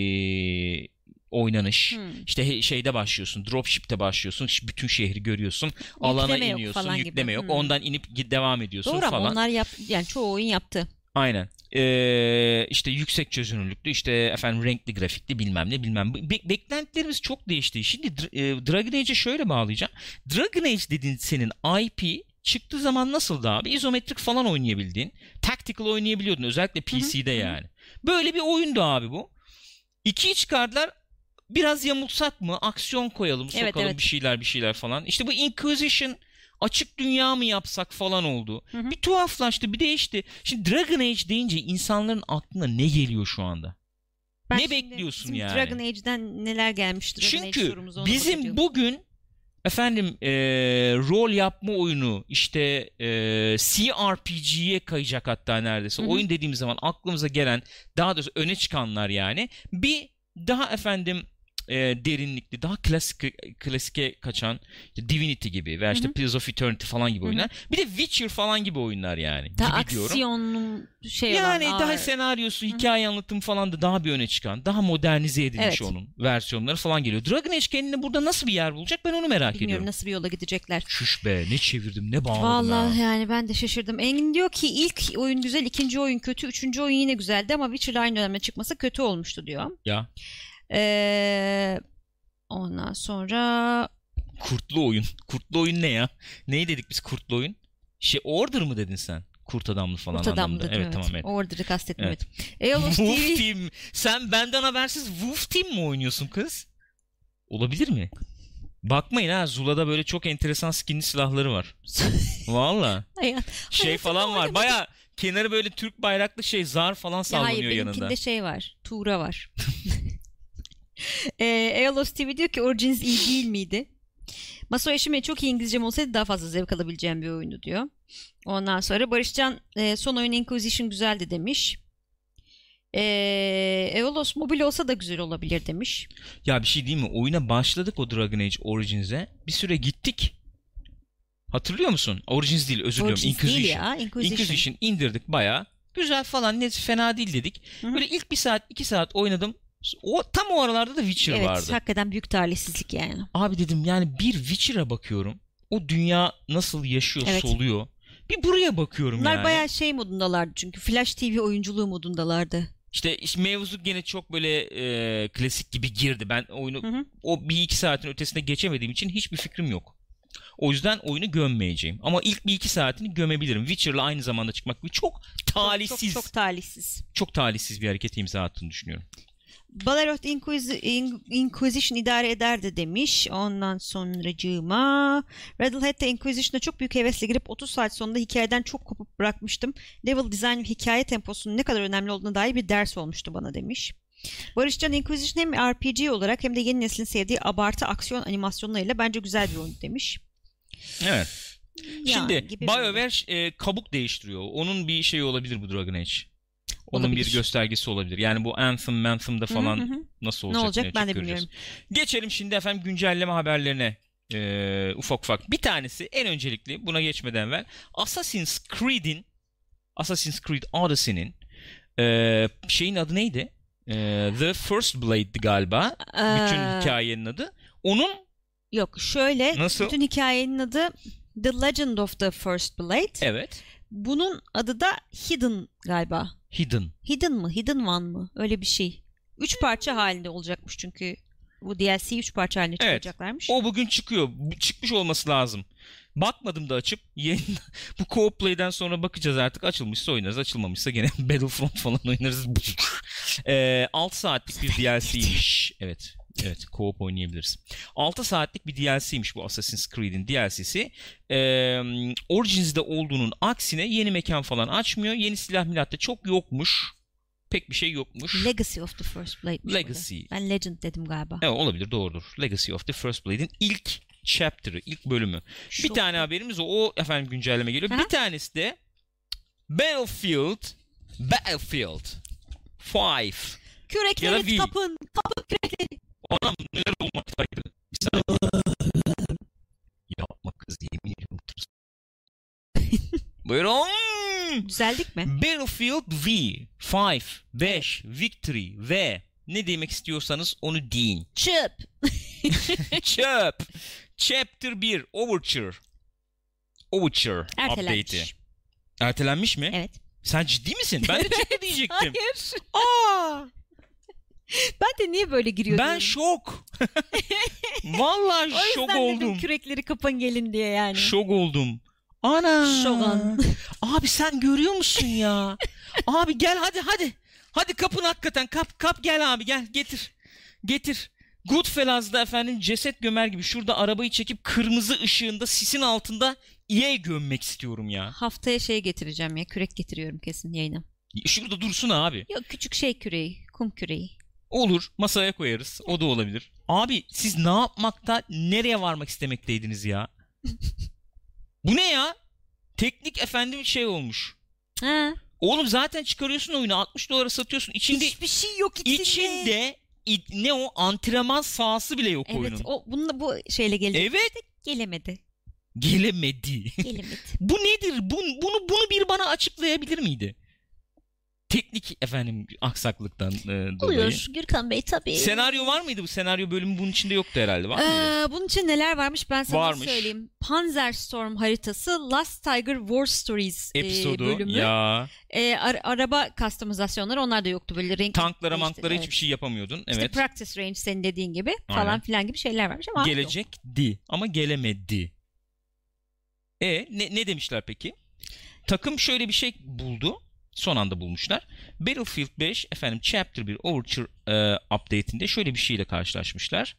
oynanış. İşte şeyde başlıyorsun. Dropship'te başlıyorsun. Bütün şehri görüyorsun. Alana iniyorsun. Yükleme yok. Ondan inip devam ediyorsun doğru, falan. Doğru onlar yani çoğu oyun yaptı. Aynen. İşte yüksek çözünürlüklü, işte efendim renkli grafikli bilmem ne. Beklentilerimiz çok değişti. Şimdi Dragon Age'e şöyle bağlayacağım. Dragon Age dediğin senin IP çıktığı zaman nasıldı abi? İzometrik falan oynayabildiğin. Tactical oynayabiliyordun. Özellikle PC'de yani. Böyle bir oyundu abi bu. 2'yi çıkardılar. Biraz yamulsak mı? Aksiyon koyalım, sokalım evet. bir şeyler falan. İşte bu Inquisition açık dünya mı yapsak falan oldu. Bir tuhaflaştı, bir değişti. Şimdi Dragon Age deyince insanların aklına ne geliyor şu anda? Ne bekliyorsun yani? Dragon Age'den neler gelmiştir? Çünkü bizim bugün efendim rol yapma oyunu işte CRPG'ye kayacak hatta neredeyse. Oyun dediğimiz zaman aklımıza gelen daha doğrusu öne çıkanlar yani bir daha efendim derinlikli, daha klasike kaçan Divinity gibi veya işte Pillars of Eternity falan gibi oyunlar. Bir de Witcher falan gibi oyunlar yani. Daha gibi diyorum. aksiyonlu şey yani olan. daha senaryosu, hikaye anlatımı falan da daha bir öne çıkan, daha modernize edilmiş onun versiyonları falan geliyor. Dragon Age kendini burada nasıl bir yer bulacak, ben onu merak ediyorum. Bilmiyorum nasıl bir yola gidecekler. Şuş be, ne çevirdim, ne bağladım. Vallahi yani ben de şaşırdım. Engin diyor ki ilk oyun güzel, ikinci oyun kötü, üçüncü oyun yine güzeldi ama Witcher'la aynı dönemde çıkması kötü olmuştu diyor. Ya. Ondan sonra Kurtlu oyun. Kurtlu oyun ne ya? Neyi dedik biz kurtlu oyun? Order mı dedin sen? Kurt adamlı falan Kurt adamlı anlamda. dedim, evet. Tamam, evet. Order'ı kastetmedim. Evet. Wolf TV... Team. Sen benden habersiz Wolf Team mi oynuyorsun kız? Olabilir mi? Bakmayın ha, Zula'da böyle çok enteresan skinli silahları var. Valla. Falan var. Baya kenarı böyle Türk bayraklı zar falan sallanıyor hayır, yanında. Hayır, benimkinde var. Tuğra var. Eolos TV diyor ki Origins iyi değil miydi? Masa Eşime çok iyi İngilizcem olsaydı daha fazla zevk alabileceğim bir oyundu diyor. Ondan sonra Barışcan son oyun Inquisition güzeldi demiş. Eolos mobil olsa da güzel olabilir demiş. Ya bir şey diyeyim mi? Oyuna başladık o Dragon Age Origins'e. Bir süre gittik. Hatırlıyor musun? Origins değil, özür diliyorum. Inquisition indirdik bayağı. Güzel falan, ne fena değil dedik. Hı-hı. Böyle ilk 1 saat 2 saat oynadım. Tam o aralarda da Witcher vardı. Evet, hakikaten büyük talihsizlik yani. Abi dedim yani bir Witcher'a bakıyorum. O dünya nasıl yaşıyor, soluyor. Bir buraya bakıyorum. Bunlar yani. bayağı modundalardı çünkü. Flash TV oyunculuğu modundalardı. İşte mevzu gene çok böyle klasik gibi girdi. Ben oyunu o 1-2 saatin ötesine geçemediğim için hiçbir fikrim yok. O yüzden oyunu gömmeyeceğim. Ama ilk 1-2 saatini gömebilirim. Witcher'la aynı zamanda çıkmak gibi çok talihsiz. Çok talihsiz. Çok talihsiz bir hareket imza attığını düşünüyorum. Ballerot Inquisition idare ederdi demiş. Ondan sonracığıma Rattlehead'de Inquisition'a çok büyük hevesle girip 30 saat sonunda hikayeden çok kopup bırakmıştım. Level design ve hikaye temposunun ne kadar önemli olduğuna dair bir ders olmuştu bana demiş. Barışcan Inquisition hem RPG olarak hem de yeni neslin sevdiği abartı aksiyon animasyonlarıyla bence güzel bir oyun demiş. Evet. Şimdi BioWare kabuk değiştiriyor. Onun bir şeyi olabilir bu Dragon Age. Onun olabilir. Bir göstergesi olabilir. Yani bu Anthem'da falan nasıl olacak? Ne olacak ben de bilmiyorum. Geçelim şimdi efendim güncelleme haberlerine ufak ufak. Bir tanesi en öncelikli, buna geçmeden evvel Assassin's Creed Odyssey'nin şeyin adı neydi? The First Blade'di galiba. Bütün hikayenin adı. Onun yok şöyle. Nasıl? Bütün hikayenin adı The Legend of the First Blade. Evet. Bunun adı da Hidden galiba. Hidden mı? Hidden One mı? Öyle bir şey. 3 parça halinde olacakmış çünkü bu DLC 3 parça halinde çıkacaklarmış. Evet. O bugün çıkıyor. Çıkmış olması lazım. Bakmadım da açıp bu Co-op Play'den sonra bakacağız artık. Açılmışsa oynarız. Açılmamışsa gene Battlefront falan oynarız. 6 saatlik bir DLC'ymiş. Evet. Co-op oynayabiliriz. 6 saatlik bir DLC'ymiş bu Assassin's Creed'in DLC'si. Origins'de olduğunun aksine yeni mekan falan açmıyor. Yeni silah milatta çok yokmuş. Pek bir şey yokmuş. Legacy of the First Blade'miş. Legacy. Ben Legend dedim galiba. Evet, olabilir, doğrudur. Legacy of the First Blade'in ilk chapter'ı, ilk bölümü. Bir tane haberimiz o efendim güncelleme geliyor. Bir tanesi de Battlefield 5. Kürekleri kapın kürekleri. Anam neler olmaktaydı. Yapma kız, yemin ediyorum. Buyurun. Düzeldik mi? Battlefield 5 Victory ve ne demek istiyorsanız onu deyin. Çöp. Chapter 1 Overture update'i. Ertelenmiş mi? Evet. Sen ciddi misin? Ben de çıktı diyecektim. Hayır. Ben de niye böyle giriyorum? Ben şok. Vallahi şok oldum. O yüzden dedim kürekleri kapın gelin diye yani. Şok oldum. Ana. Şogan. Abi sen görüyor musun ya? Abi gel hadi. Hadi kapın hakikaten. Kap gel abi gel getir. Goodfellas'da efendim ceset gömer gibi şurada arabayı çekip kırmızı ışığında sisin altında EA gömmek istiyorum ya. Haftaya getireceğim ya. Kürek getiriyorum kesin yayına. Şurada dursun abi. Yok küçük küreği. Kum küreği. Olur, masaya koyarız. O da olabilir. Abi siz ne yapmakta, nereye varmak istemekteydiniz ya? Bu ne ya? Teknik efendim olmuş. Ha. Oğlum zaten çıkarıyorsun oyunu $60 satıyorsun. İçinde hiçbir şey yok içinde ne o antrenman sahası bile yok Evet, oyunun. bu şeyle gelecek. Evet. Gelemedi. Gelemedi. Bu nedir? Bunu bir bana açıklayabilir miydi? Teknik aksaklıktan dolayı. Oluyor Gürkan Bey tabii. Senaryo var mıydı? Bu senaryo bölümü bunun içinde yoktu herhalde. Var mıydı? Bunun için neler varmış ben sana Varmış. söyleyeyim. Panzerstorm haritası, Last Tiger War Stories Episodu bölümü. ya. Araba customizasyonları onlar da yoktu böyle renkli. Tanklara manklara hiçbir şey yapamıyordun. İşte Evet. practice range senin dediğin gibi falan Aynen. filan gibi şeyler varmış ama Gelecekti ama gelemedi. Ne demişler peki? Takım şöyle bir şey buldu. Son anda bulmuşlar. Battlefield 5 Chapter 1 Overture update'inde şöyle bir şeyle karşılaşmışlar.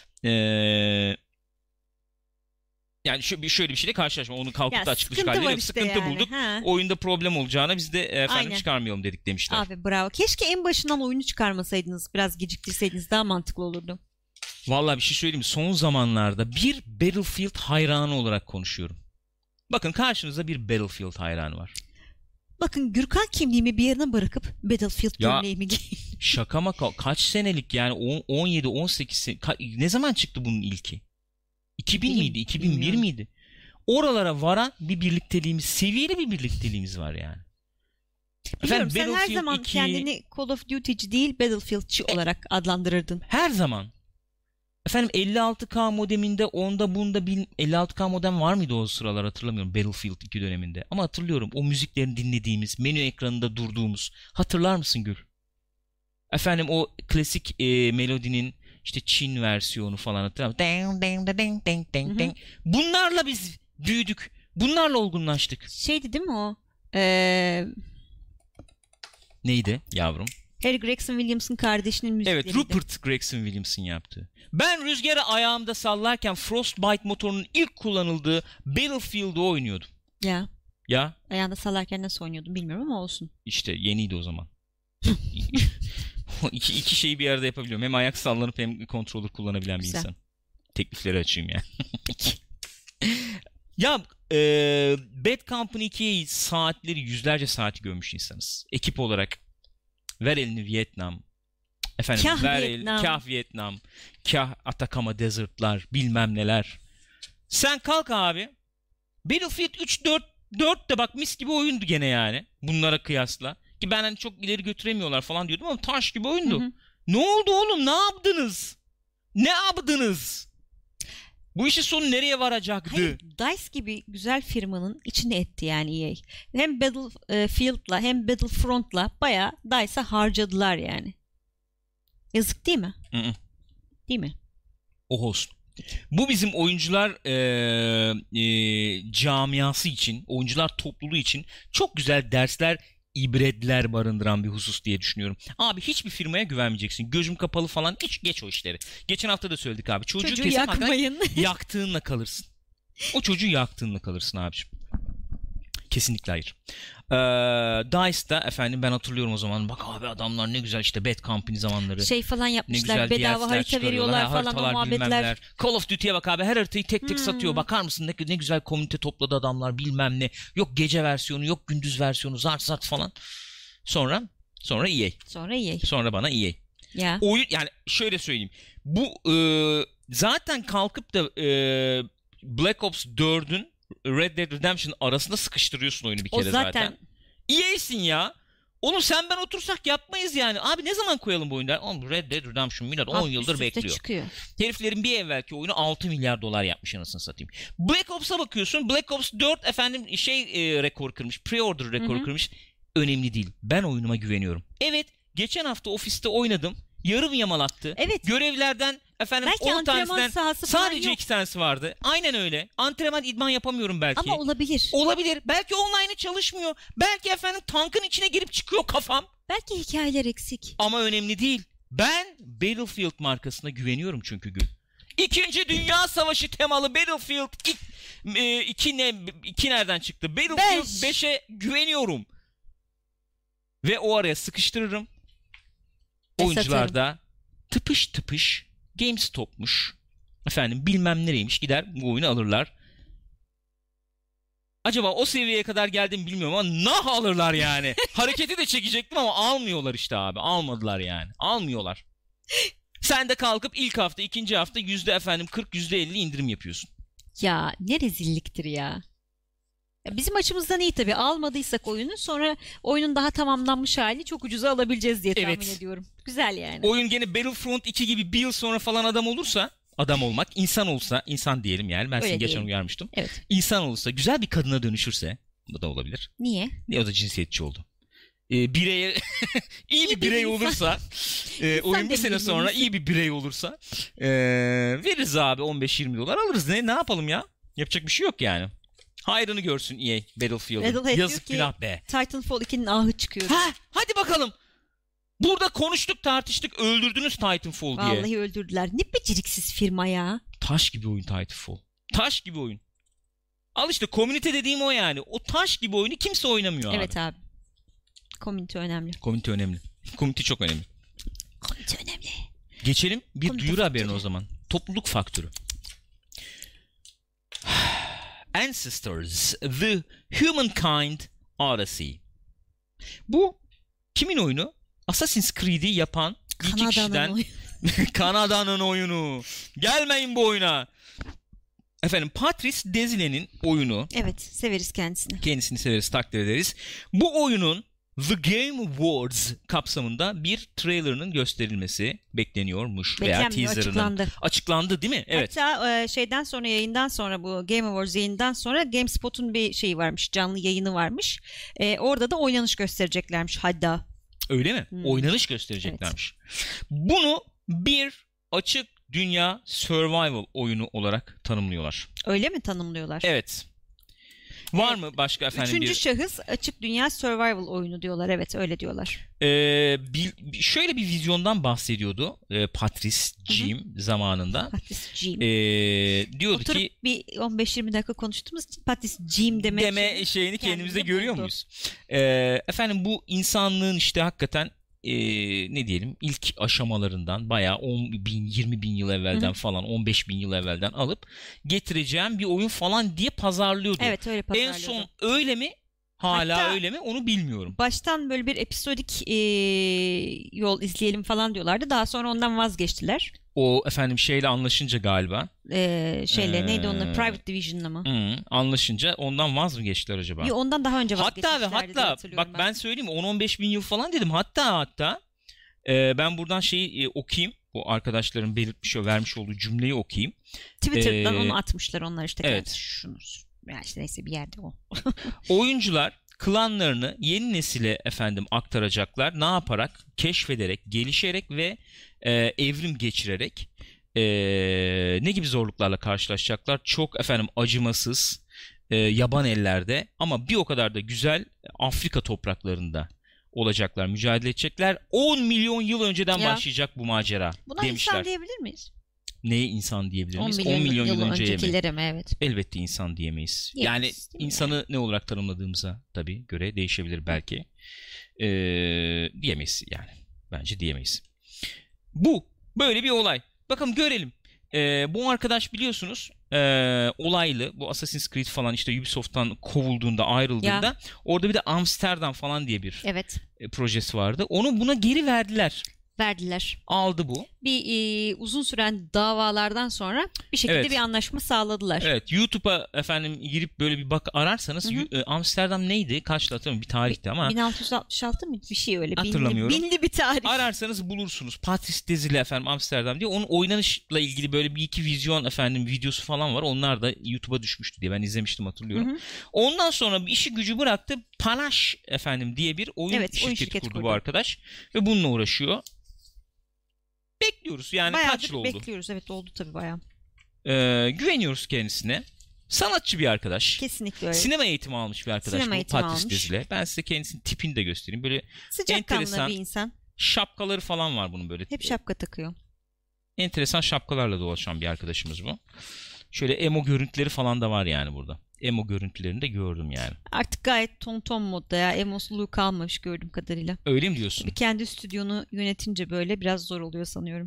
Yani şöyle bir şeyle karşılaşma. Onu kalkıp da açıklayacak halde yok. Işte Sıkıntı yani. bulduk. Oyunda problem olacağına biz de Aynen. çıkarmayalım dedik demişler. Abi bravo. Keşke en başından oyunu çıkarmasaydınız. Biraz geciktirseydiniz daha mantıklı olurdu. Vallahi bir şey söyleyeyim mi? Son zamanlarda bir Battlefield hayranı olarak konuşuyorum. Bakın karşınızda bir Battlefield hayranı var. Bakın Gürkan kimliğimi bir yerine bırakıp Battlefield gömleğimi giyin. Şaka maka kaç senelik yani 17-18 ne zaman çıktı bunun ilki? 2000 miydi? 2001 bilmiyorum. miydi? Oralara varan bir birlikteliğimiz, seviyeli bir birlikteliğimiz var yani. Biliyorum, sen her Battlefield zaman 2 kendini Call of Duty'ci değil Battlefield'çi olarak adlandırırdın. her zaman. 56K modeminde onda bunda 56K modem var mıydı o sıralar hatırlamıyorum Battlefield 2 döneminde. Ama hatırlıyorum o müziklerini dinlediğimiz, menü ekranında durduğumuz. Hatırlar mısın Gül? O klasik melodinin işte Çin versiyonu falan hatırlar mısın? Bunlarla biz büyüdük. Bunlarla olgunlaştık. Şeydi değil mi o? Neydi yavrum? Harry Gregson Williams'ın kardeşinin müzikleriydi. Evet, Rupert Gregson Williams'ın yaptığı. Ben rüzgarı ayağımda sallarken Frostbite motorunun ilk kullanıldığı Battlefield'ı oynuyordum. Ya. Ya. Ayağında sallarken nasıl oynuyordum bilmiyorum ama olsun. İşte yeniydi o zaman. iki şeyi bir arada yapabiliyorum. Hem ayak sallanıp hem controller kullanabilen bir insan. Teklifleri açayım yani. Ya Bad Company 2'ye saatleri, yüzlerce saati görmüş insanız. Ekip olarak. Ver elini Vietnam. Kah Vietnam. Kah Atacama Desert'lar. Bilmem neler. Sen kalk abi. Battlefield 3, 4 de bak mis gibi oyundu gene yani. Bunlara kıyasla. Ki ben çok ileri götüremiyorlar falan diyordum ama taş gibi oyundu. Hı hı. Ne oldu oğlum? Ne yaptınız? Ne yaptınız? Bu işin sonu nereye varacaktı? Hayır, DICE gibi güzel firmanın içine etti yani EA. Hem Battlefield'la hem Battlefront'la bayağı DICE'a harcadılar yani. Yazık değil mi? Hı-hı. Değil mi? Oh olsun. Bu bizim oyuncular camiası için, oyuncular topluluğu için çok güzel dersler, ibretler barındıran bir husus diye düşünüyorum. Abi hiçbir firmaya güvenmeyeceksin. Gözüm kapalı falan hiç geç o işleri. Geçen hafta da söyledik abi. Çocuğu yakmayın. Yaktığınla kalırsın. O çocuğu yaktığınla kalırsın abiciğim. Kesinlikle hayır. DICE'da ben hatırlıyorum o zaman. Bak abi adamlar ne güzel işte Bad Company zamanları. Falan yapmışlar. Bedava harita veriyorlar falan o muhabbetler. Call of Duty'ye bak abi her haritayı tek tek satıyor. Bakar mısın ne güzel komünite topladı adamlar bilmem ne. Yok gece versiyonu yok gündüz versiyonu zart falan. Sonra EA. Sonra bana EA. Ya. Oyun yani şöyle söyleyeyim. Bu zaten kalkıp da Black Ops 4'ün Red Dead Redemption arasında sıkıştırıyorsun oyunu bir kere zaten. EA'sin ya. Oğlum sen ben otursak yapmayız yani. Abi ne zaman koyalım bu oyunu? Oğlum Red Dead Redemption millet 10 yıldır bekliyor. Çıkıyor. Heriflerin bir evvelki oyunu 6 milyar dolar yapmış anasını satayım. Black Ops'a bakıyorsun. Black Ops 4 rekor kırmış. Pre-order rekor kırmış. Önemli değil. Ben oyunuma güveniyorum. Evet. Geçen hafta ofiste oynadım. Yarım yamalattı. Evet. Görevlerden belki 10 tanesinden sadece yok. 2 tanesi vardı. Aynen öyle. Antrenman idman yapamıyorum belki. Ama olabilir. Olabilir. Belki online'ı çalışmıyor. Belki tankın içine girip çıkıyor kafam. Belki hikayeler eksik. Ama önemli değil. Ben Battlefield markasına güveniyorum çünkü Gül. İkinci Dünya Savaşı temalı Battlefield 2 nereden çıktı? Battlefield 5'e güveniyorum. Ve o araya sıkıştırırım. Oyuncular da tıpış tıpış GameStop'muş bilmem nereymiş gider bu oyunu alırlar. Acaba o seviyeye kadar geldim bilmiyorum ama nah alırlar yani. Hareketi de çekecektim ama almıyorlar işte abi. Almadılar yani. Almıyorlar. Sen de kalkıp ilk hafta, ikinci hafta %40, %50 indirim yapıyorsun. Ya ne rezilliktir ya. Ya bizim açımızdan iyi tabii. Almadıysak oyunu, sonra oyunun daha tamamlanmış hali çok ucuza alabileceğiz diye tahmin ediyorum. Güzel yani. Oyun gene Battlefront 2 gibi bir yıl sonra falan adam olursa, adam olmak, insan olsa, insan diyelim yani, ben seni geçen uyarmıştım. Evet. İnsan olursa, güzel bir kadına dönüşürse, bu da olabilir. Niye? O da cinsiyetçi oldu. Bireye iyi bir birey olursa, oyun bir sene sonra iyi bir birey olursa veririz abi, $15-20 alırız. Ne yapalım ya? Yapacak bir şey yok yani. Hayrını görsün EA Battlefield'ın. Yazık günah be. Titanfall 2'nin ahı çıkıyor. Hadi bakalım. Burada konuştuk, tartıştık, öldürdünüz Titanfall diye. Vallahi öldürdüler. Ne beceriksiz firma ya. Taş gibi oyun Titanfall. Taş gibi oyun. Al işte, komünite dediğim o yani. O taş gibi oyunu kimse oynamıyor abi. Evet abi. Komünite önemli. Komünite önemli. Komünite çok önemli. Komünite önemli. Geçelim bir Komünite duyuru faktörü. haberine o zaman. Topluluk faktörü. Ancestors, The Humankind Odyssey. Bu kimin oyunu? Assassin's Creed'i yapan iki kişiden. Kanada'nın oyunu. Gelmeyin bu oyuna. Efendim, Patrice Desile'nin oyunu. Evet, severiz kendisini. Kendisini severiz, takdir ederiz. Bu oyunun The Game Awards kapsamında bir trailerının gösterilmesi bekleniyormuş. Veya teaserının. Açıklandı değil mi? Evet. Hatta şeyden sonra, yayından sonra, bu Game Awards yayından sonra GameSpot'un bir şeyi varmış, canlı yayını varmış. Orada da oynanış göstereceklermiş hatta. Öyle mi? Oynanış göstereceklermiş. Evet. Bunu bir açık dünya survival oyunu olarak tanımlıyorlar. Öyle mi tanımlıyorlar? Evet. Var mı başka efendim? Üçüncü şahıs açık dünya survival oyunu diyorlar. Evet, öyle diyorlar. Şöyle bir vizyondan bahsediyordu Patrice Jim zamanında. Patrice Jim. Diyordu oturup ki bir 15-20 dakika konuştuğumuz Patrice Jim deme şeyini kendimizde görüyor muyuz? Efendim, bu insanlığın işte hakikaten ne diyelim, ilk aşamalarından bayağı 10.000-20.000 yıl evvelden falan, 15.000 yıl evvelden alıp getireceğim bir oyun falan diye pazarlıyordu. Evet, öyle pazarlıyordu. En son öyle mi? Hala hatta öyle mi? Onu bilmiyorum. Baştan böyle bir episodik yol izleyelim falan diyorlardı. Daha sonra ondan vazgeçtiler. O efendim şeyle anlaşınca galiba. Neydi onun? Private Division'la mı? Anlaşınca ondan vaz mı geçtiler acaba? Yo, ondan daha önce vazgeçmişlerdi. Hatta bak ben söyleyeyim, 10-15 bin yıl falan dedim. Hatta ben buradan şeyi okuyayım. Bu arkadaşların belirtmiş, vermiş olduğu cümleyi okuyayım. Twitter'dan onu atmışlar onlar işte. Evet. Şunu. Ya işte neyse, bir yerde o. Oyuncular klanlarını yeni nesile efendim aktaracaklar. Ne yaparak? Keşfederek, gelişerek ve evrim geçirerek ne gibi zorluklarla karşılaşacaklar? Çok efendim acımasız, yaban ellerde ama bir o kadar da güzel Afrika topraklarında olacaklar, mücadele edecekler. 10 milyon yıl önceden başlayacak bu macera buna demişler. Buna insan diyebilir miyiz? Neye insan diyebilir miyiz? 10 milyon yıl öncekilere mi? Evet. Elbette insan diyemeyiz. Yani insanı ne olarak tanımladığımıza tabii göre değişebilir belki. Diyemeyiz yani. Bence diyemeyiz. Bu böyle bir olay. Bakalım, görelim. Bu arkadaş biliyorsunuz olaylı, bu Assassin's Creed falan işte Ubisoft'tan kovulduğunda, ayrıldığında orada bir de Amsterdam falan diye bir projesi vardı. Onu buna geri verdiler. Aldı bu. Bir uzun süren davalardan sonra bir şekilde bir anlaşma sağladılar. Evet. YouTube'a efendim girip böyle bir ararsanız Amsterdam neydi? Kaçtı hatırlamıyorum. Bir tarihti ama. 1666 mı? Bir şey öyle. Hatırlamıyorum. Binli bir tarih. Ararsanız bulursunuz. Patrice Desi'yle efendim Amsterdam diye. Onun oynanışla ilgili böyle bir iki vizyon efendim videosu falan var. Onlar da YouTube'a düşmüştü diye ben izlemiştim, hatırlıyorum. Ondan sonra bir işi gücü bıraktı. Panache efendim diye bir oyun şirketi kurdu bu arkadaş. Ve bununla uğraşıyor. Bekliyoruz yani. Bayağıdır kaç yıl oldu? Bekliyoruz, evet, oldu tabii bayağı. Güveniyoruz kendisine. Sanatçı bir arkadaş. Kesinlikle öyle. Sinema eğitimi almış bir arkadaş. Patrice Desi'yle. Ben size kendisinin tipini de göstereyim. Böyle sıcakkanlı bir insan. Şapkaları falan var bunun böyle. Hep şapka takıyor. Enteresan şapkalarla dolaşan bir arkadaşımız bu. Şöyle emo görüntüleri falan da var yani burada. Emo görüntülerini de gördüm yani. Artık gayet ton modda ya. Emosluğu kalmamış gördüğüm kadarıyla. Öyle mi diyorsun? Tabii kendi stüdyonu yönetince böyle biraz zor oluyor sanıyorum.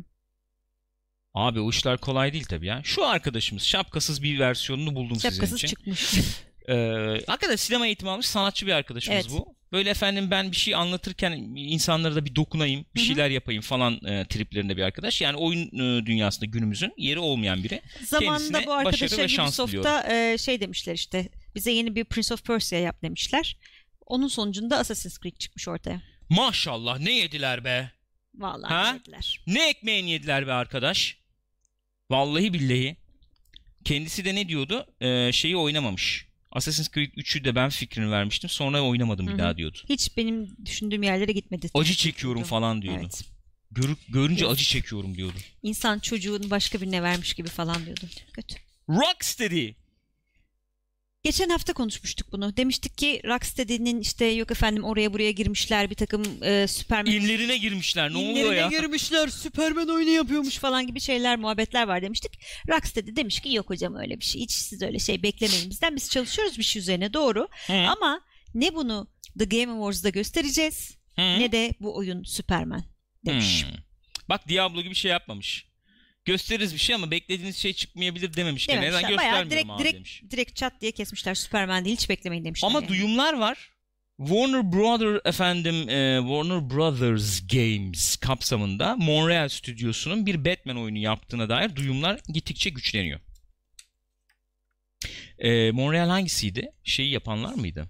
Abi o işler kolay değil tabii ya. Şu arkadaşımız şapkasız bir versiyonunu buldum sizin için. Şapkasız çıkmış. Hakikaten sinema eğitimi almış sanatçı bir arkadaşımız Evet. bu. Böyle efendim ben bir şey anlatırken insanlara da bir dokunayım, bir şeyler yapayım falan triplerinde bir arkadaş. Yani oyun dünyasında günümüzün yeri olmayan biri. Zamanında Kendisine bu arkadaşa başarı ve şans Ubisoft'ta şey demişler işte, bize yeni bir Prince of Persia yap demişler. Onun sonucunda Assassin's Creed çıkmış ortaya. Maşallah ne yediler be. Vallahi Ha? dediler. Ne ekmeğini yediler be arkadaş. Vallahi billahi. Kendisi de ne diyordu? Şeyi oynamamış. Assassin's Creed 3'ü de ben fikrini vermiştim. Sonra oynamadım bir daha diyordu. Hiç benim düşündüğüm yerlere gitmedi. Acı çekiyorum falan diyordu. Evet. Görünce Yes. acı çekiyorum diyordu. İnsan çocuğunu başka birine vermiş gibi falan diyordu. Kötü. Rocksteady. Geçen hafta konuşmuştuk bunu. Demiştik ki Rocksteady'nin işte yok efendim oraya buraya girmişler, bir takım Superman İnlerine girmişler. Ne oluyor İnlerine ya? girmişler, Superman oyunu yapıyormuş falan gibi şeyler, muhabbetler var demiştik. Rocksteady demiş ki yok hocam öyle bir şey. Hiç siz öyle şey beklemeyin bizden. Biz çalışıyoruz bir şey üzerine, doğru. Hı. Ama ne bunu The Game Awards'da göstereceğiz Hı. ne de bu oyun Superman demiş. Bak Diablo gibi şey yapmamış. Gösteririz bir şey ama beklediğiniz şey çıkmayabilir dememiş. Neden Dememişler. Bayağı göstermiyorum abi demiş. direkt çat diye kesmişler, Superman değil, hiç beklemeyin demişler. Ama yani. duyumlar var. Warner Brothers Games kapsamında Montreal stüdyosunun bir Batman oyunu yaptığına dair duyumlar gittikçe güçleniyor. Montreal hangisiydi? Şeyi yapanlar mıydı?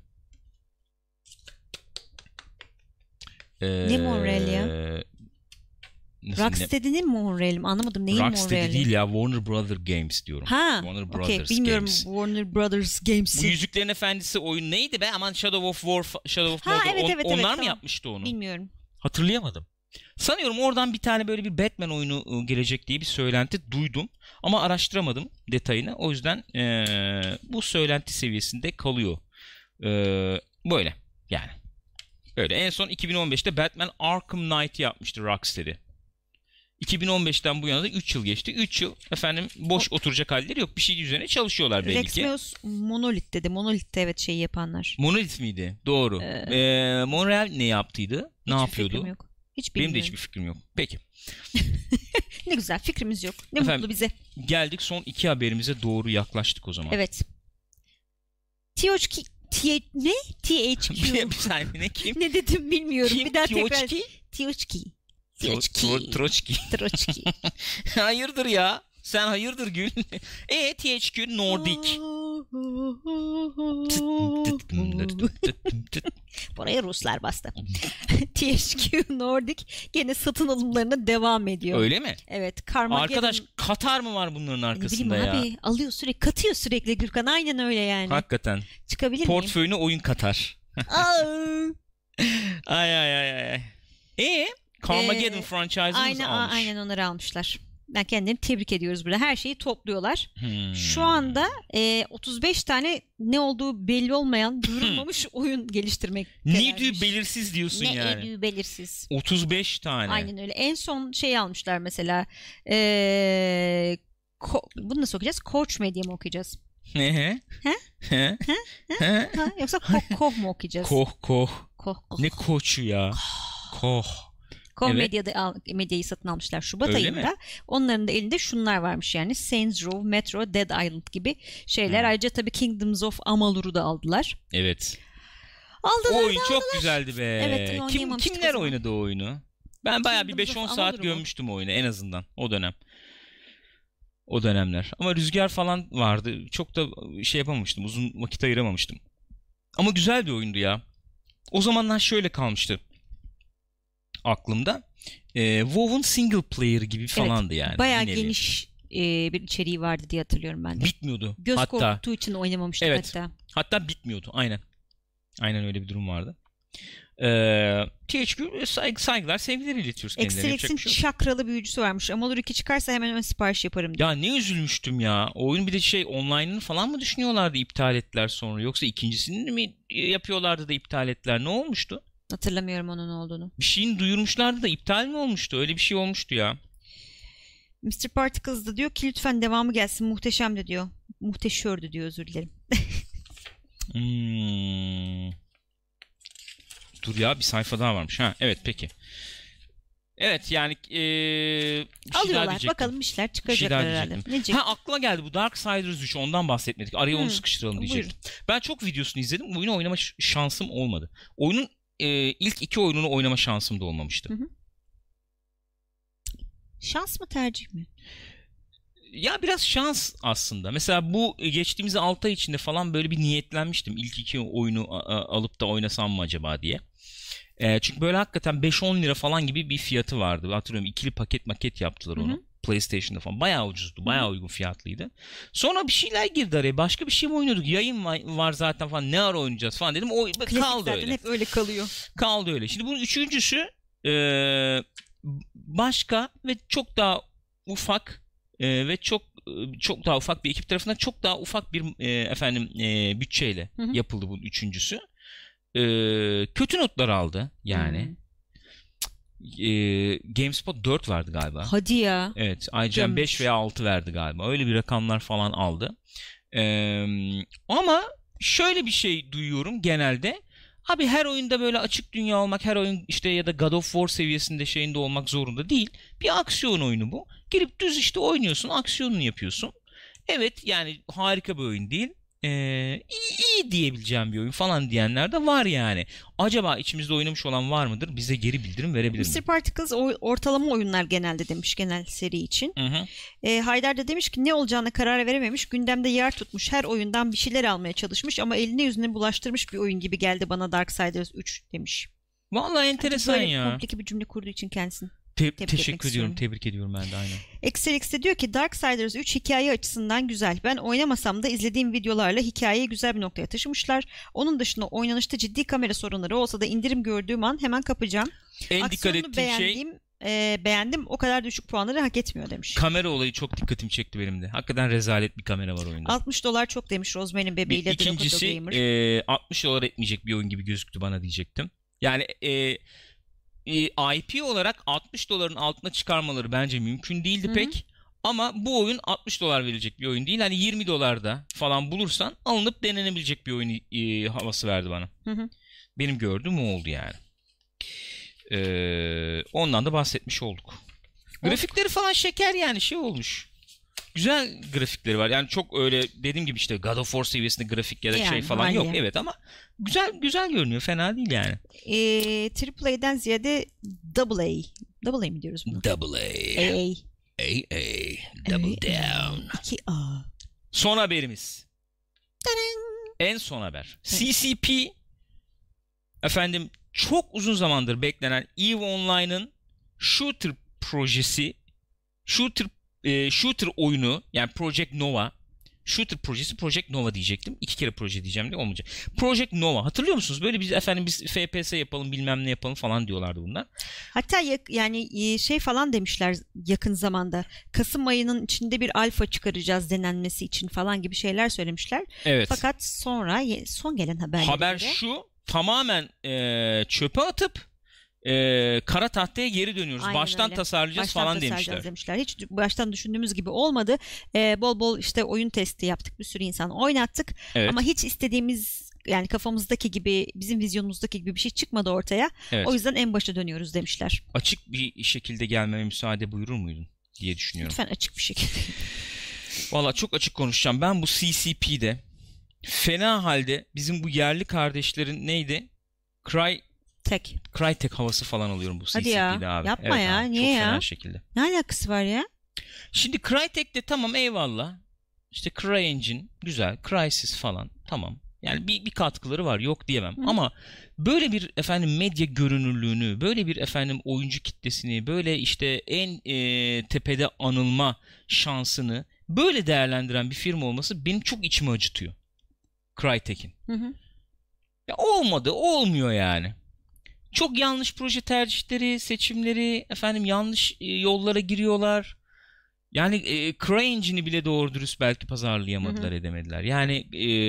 Ne Montreal ya? Rocksteady'nin Montreal'i mi? Anlamadım. Neyin Montreal'i? Rocksteady değil ya. Warner Brothers Games diyorum. Ha, Warner okey. Brothers Bilmiyorum Games. Warner Brothers Bu Games'i. Yüzüklerin Efendisi oyun neydi be? Aman Shadow of Mordor. Evet, Onlar mı tamam. yapmıştı onu? Bilmiyorum. Hatırlayamadım. Sanıyorum oradan bir tane böyle bir Batman oyunu gelecek diye bir söylenti duydum. Ama araştıramadım detayını. O yüzden bu söylenti seviyesinde kalıyor. Böyle yani. Böyle. En son 2015'te Batman Arkham Knight'ı yapmıştı Rocksteady. 2015'ten bu yana da 3 yıl geçti. 3 yıl efendim boş oturacak halleri yok. Bir şey üzerine çalışıyorlar belli ki. Rexmeus Monolith dedi. Monolith'te evet şeyi yapanlar. Monolith miydi? Doğru. Montreal ne yaptıydı? Ne Hiçbir yapıyordu? fikrim yok. Hiç Benim bilmiyorum. de hiçbir fikrim yok. Peki. Ne güzel, fikrimiz yok. Ne Efendim, mutlu bize. Geldik son 2 haberimize doğru yaklaştık o zaman. Evet. THQ ne? THQ. bir saniye ne kim? Ne dedim bilmiyorum. Kim? Bir daha tekrar. THQ? THQ. Troçki. Troçki. Hayırdır ya? Sen hayırdır Gül? THQ Nordic. Buraya Ruslar bastı. THQ Nordic gene satın alımlarına devam ediyor. Öyle mi? Evet. Carmageddon. Arkadaş Katar mı var bunların arkasında bileyim ya? abi, alıyor sürekli, katıyor sürekli Gürkan, aynen öyle yani. Hakikaten. Çıkabilir miyim? Portföyüne oyun katar. ay. Carmageddon franchise'ımızı almış. Aynen onları almışlar. Ben kendilerini tebrik ediyoruz burada. Her şeyi topluyorlar. Hmm. Şu anda 35 tane ne olduğu belli olmayan, duyurulmamış oyun geliştirmek Nidü belirsiz diyorsun ne yani. Nidü belirsiz. 35 tane. Aynen öyle. En son şey almışlar mesela. Bunu nasıl okuyacağız? Koch Media mı okuyacağız? Ne? Ha, yoksa Koch mu okuyacağız? Koh. Koch. Ne koçu ya? Koh. Koch Evet. Medya'yı satın almışlar Şubat Öyle ayında. mi? Onların da elinde şunlar varmış yani. Saints Row, Metro, Dead Island gibi şeyler. Ayrıca tabii Kingdoms of Amalur'u da aldılar. Evet. Aldılar. O oyun çok güzeldi be. Evet, oynayamamıştık Kimler o zaman. oynadı o oyunu? Ben bayağı bir Kingdoms of 5-10 saat Amalur mu? gömmüştüm o oyunu en azından o dönem. O dönemler. Ama rüzgar falan vardı. Çok da şey yapamamıştım. Uzun vakit ayıramamıştım. Ama güzel bir oyundu ya. O zamanlar şöyle kalmıştı aklımda. WoW'un single player gibi falandı yani. Bayağı bir nevi. geniş bir içeriği vardı diye hatırlıyorum ben de. Bitmiyordu. Göz hatta korktuğu için oynamamıştık Evet. hatta. bitmiyordu. Aynen. Aynen öyle bir durum vardı. THQ saygılar, sevgiler iletiyoruz kendilerine. Yapacak Excelix'in bir şey yok. çakralı büyücüsü varmış. Amalur 2 çıkarsa hemen ön sipariş yaparım diye. Ya ne üzülmüştüm ya. O oyun bir de online'ını falan mı düşünüyorlardı, iptal ettiler sonra. Yoksa ikincisini mi yapıyorlardı da iptal ettiler? Ne olmuştu? Hatırlamıyorum onun ne olduğunu. Bir şeyin duyurmuşlardı da iptal mi olmuştu? Öyle bir şey olmuştu ya. Mr. Particles da diyor ki lütfen devamı gelsin, muhteşem de diyor. Muhteşördü diyor, özür dilerim. Dur ya, bir sayfa daha varmış. Ha evet, peki. Evet yani bir şey daha Alıyorlar. diyecektim. Bakalım bir şeyler Bir şey çıkaracaklar daha herhalde. diyecektim. Ne diyecek? Aklıma geldi, bu Darksiders 3, ondan bahsetmedik. Araya onu sıkıştıralım diyecektim. Ben çok videosunu izledim. Oyunu oynama şansım olmadı. Oyunun ilk 2 oyununu oynama şansım da olmamıştı. Şans mı, tercih mi? Ya biraz şans aslında. Mesela bu geçtiğimiz 6 ay içinde falan böyle bir niyetlenmiştim. İlk 2 oyunu alıp da oynasam mı acaba diye. Çünkü böyle hakikaten 5-10 lira falan gibi bir fiyatı vardı. Hatırlıyorum, ikili maket yaptılar onu. PlayStation'da falan. Bayağı ucuzdu. Bayağı uygun fiyatlıydı. Sonra bir şeyler girdi araya. Başka bir şey mi oynuyorduk? Yayın var zaten falan. Ne ara oynayacağız falan dedim. O Klasik kaldı zaten öyle. hep öyle kalıyor. Kaldı öyle. Şimdi bunun üçüncüsü başka ve çok daha ufak ve çok daha ufak bir ekip tarafından çok daha ufak bir bütçeyle yapıldı bunun üçüncüsü. Kötü notlar aldı yani. GameSpot 4 verdi galiba. Hadi ya. Evet, IGN 5 veya 6 verdi galiba. Öyle bir rakamlar falan aldı. Ama şöyle bir şey duyuyorum genelde. Abi her oyunda böyle açık dünya olmak, her oyun işte ya da God of War seviyesinde şeyinde olmak zorunda değil. Bir aksiyon oyunu bu. Girip düz işte oynuyorsun, aksiyonunu yapıyorsun. Evet yani harika bir oyun değil. İyi diyebileceğim bir oyun falan diyenler de var yani. Acaba içimizde oynamış olan var mıdır? Bize geri bildirim verebilir mi? Mr. Particles ortalama oyunlar genelde demiş, genel seri için. Haydar da demiş ki ne olacağına karar verememiş. Gündemde yer tutmuş. Her oyundan bir şeyler almaya çalışmış ama eline yüzüne bulaştırmış bir oyun gibi geldi bana Darksiders 3 demiş. Vallahi enteresan böyle ya. Böyle komplike bir cümle kurduğu için kendisini. Teşekkür ediyorum. Tebrik ediyorum ben de, aynen. Excelix de diyor ki Darksiders 3 hikaye açısından güzel. Ben oynamasam da izlediğim videolarla hikayeyi güzel bir noktaya taşımışlar. Onun dışında oynanışta ciddi kamera sorunları olsa da indirim gördüğüm an hemen kapacağım. En dikkat ettiğim beğendim. O kadar düşük puanları hak etmiyor demiş. Kamera olayı çok dikkatimi çekti benim de. Hakikaten rezalet bir kamera var oyunda. $60 çok demiş Rozman'in bebeğiyle. İkincisi $60 etmeyecek bir oyun gibi gözüktü bana diyecektim. Yani IP olarak $60'ın altına çıkarmaları bence mümkün değildi pek. Ama bu oyun $60 verilecek bir oyun değil. Hani $20'da falan bulursan alınıp denenebilecek bir oyun havası verdi bana. Benim gördüğüm o oldu yani. Ondan da bahsetmiş olduk. Grafikleri falan şeker yani, şey olmuş. Güzel grafikleri var. Yani çok öyle dediğim gibi işte God of War seviyesinde grafik ya da yani, şey falan yok. Evet ama güzel görünüyor. Fena değil yani. AAA'den ziyade AA. AA mi diyoruz buna? AA. Double down. 2A. Son haberimiz. En son haber. CCP çok uzun zamandır beklenen EVE Online'ın shooter projesi, shooter oyunu, yani Project Nova, shooter projesi, Project Nova diyecektim. 2 kere proje diyeceğim diye olmayacak. Project Nova, hatırlıyor musunuz? Böyle biz FPS yapalım, bilmem ne yapalım falan diyorlardı bunlar. Hatta yani şey falan demişler yakın zamanda. Kasım ayının içinde bir alfa çıkaracağız denenmesi için falan gibi şeyler söylemişler. Evet. Fakat sonra son gelen haber şu, tamamen çöpe atıp kara tahtaya geri dönüyoruz. Aynen baştan öyle. Tasarlayacağız falan demişler. Hiç baştan düşündüğümüz gibi olmadı. Bol bol işte oyun testi yaptık. Bir sürü insan oynattık. Evet. Ama hiç istediğimiz, yani kafamızdaki gibi, bizim vizyonumuzdaki gibi bir şey çıkmadı ortaya. Evet. O yüzden en başa dönüyoruz demişler. Açık bir şekilde gelmeme müsaade buyurur muydun diye düşünüyorum. Lütfen açık bir şekilde. Valla çok açık konuşacağım. Ben bu CCP'de fena halde bizim bu yerli kardeşlerin neydi? Crytek havası falan alıyorum bu CCP'de abi. Yapma evet, ya. Abi, niye çok ya? fena şekilde. Ne alakası var ya? Şimdi Crytek'te tamam, eyvallah. İşte CryEngine güzel. Crysis falan tamam. Yani bir katkıları var, yok diyemem. Ama böyle bir medya görünürlüğünü, böyle bir oyuncu kitlesini, böyle işte en tepede anılma şansını böyle değerlendiren bir firma olması benim çok içimi acıtıyor. Crytek'in. Ya olmadı, olmuyor yani. Çok yanlış proje tercihleri, seçimleri, yanlış yollara giriyorlar. Yani CryEngine'i bile doğru dürüst belki pazarlayamadılar, edemediler. Yani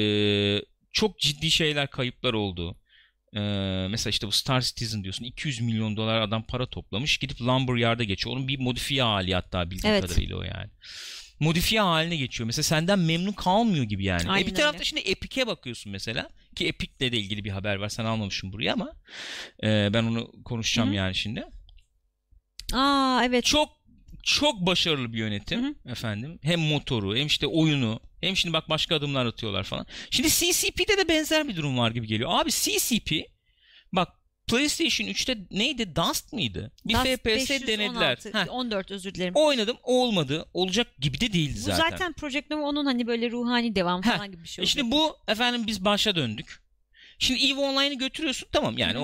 çok ciddi şeyler, kayıplar oldu. Mesela işte bu Star Citizen diyorsun, $200 milyon adam para toplamış, gidip Lumberyard'a geçiyor. Onun bir modifiye hali hatta bildiğim kadarıyla o yani. Modifiye haline geçiyor. Mesela senden memnun kalmıyor gibi yani. Bir tarafta şimdi Epic'e bakıyorsun mesela. Ki Epic'le de ilgili bir haber var. Sen almamışsın buraya ama ben onu konuşacağım yani şimdi. Aa evet. Çok başarılı bir yönetim efendim. Hem motoru hem işte oyunu hem şimdi bak başka adımlar atıyorlar falan. Şimdi CCP'de de benzer bir durum var gibi geliyor. Abi CCP bak PlayStation 3'te neydi? Dust mıydı? Bir Dust FPS 516, denediler. 14 özür dilerim. Oynadım olmadı. Olacak gibi de değildi Bu zaten. zaten Project Nova onun hani böyle ruhani devam falan gibi bir şey oldu. Şimdi bu efendim biz başa döndük. Şimdi EVE Online'ı götürüyorsun tamam yani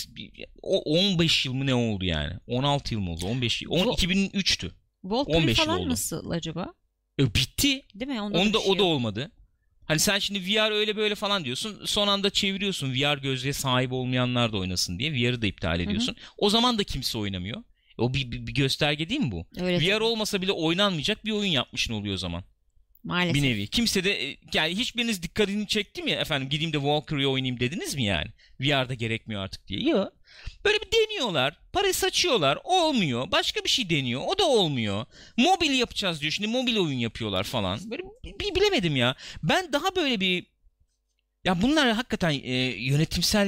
o 15 yıl mı ne oldu yani? 16 yıl mı oldu? 15 yıl. 2003'tü. Valkyrie 15 yıl falan oldu. nasıl acaba? Bitti. Değil mi? O da olmadı. Hani sen şimdi VR öyle böyle falan diyorsun. Son anda çeviriyorsun VR gözlüğe sahip olmayanlar da oynasın diye. VR'ı da iptal ediyorsun. O zaman da kimse oynamıyor. O bir gösterge değil mi bu? Öyle VR olmasa bile oynanmayacak bir oyun yapmışsın oluyor o zaman. Maalesef. Bir nevi. Kimse de yani hiçbiriniz dikkatini çekti mi efendim gideyim de Valkyrie oynayayım dediniz mi yani? VR'da gerekmiyor artık diye. Yok. Böyle bir deniyorlar. Parayı saçıyorlar. Olmuyor. Başka bir şey deniyor. O da olmuyor. Mobil yapacağız diyor. Şimdi mobil oyun yapıyorlar falan. Böyle bilemedim ya. Ben daha böyle bir ya bunlar hakikaten yönetimsel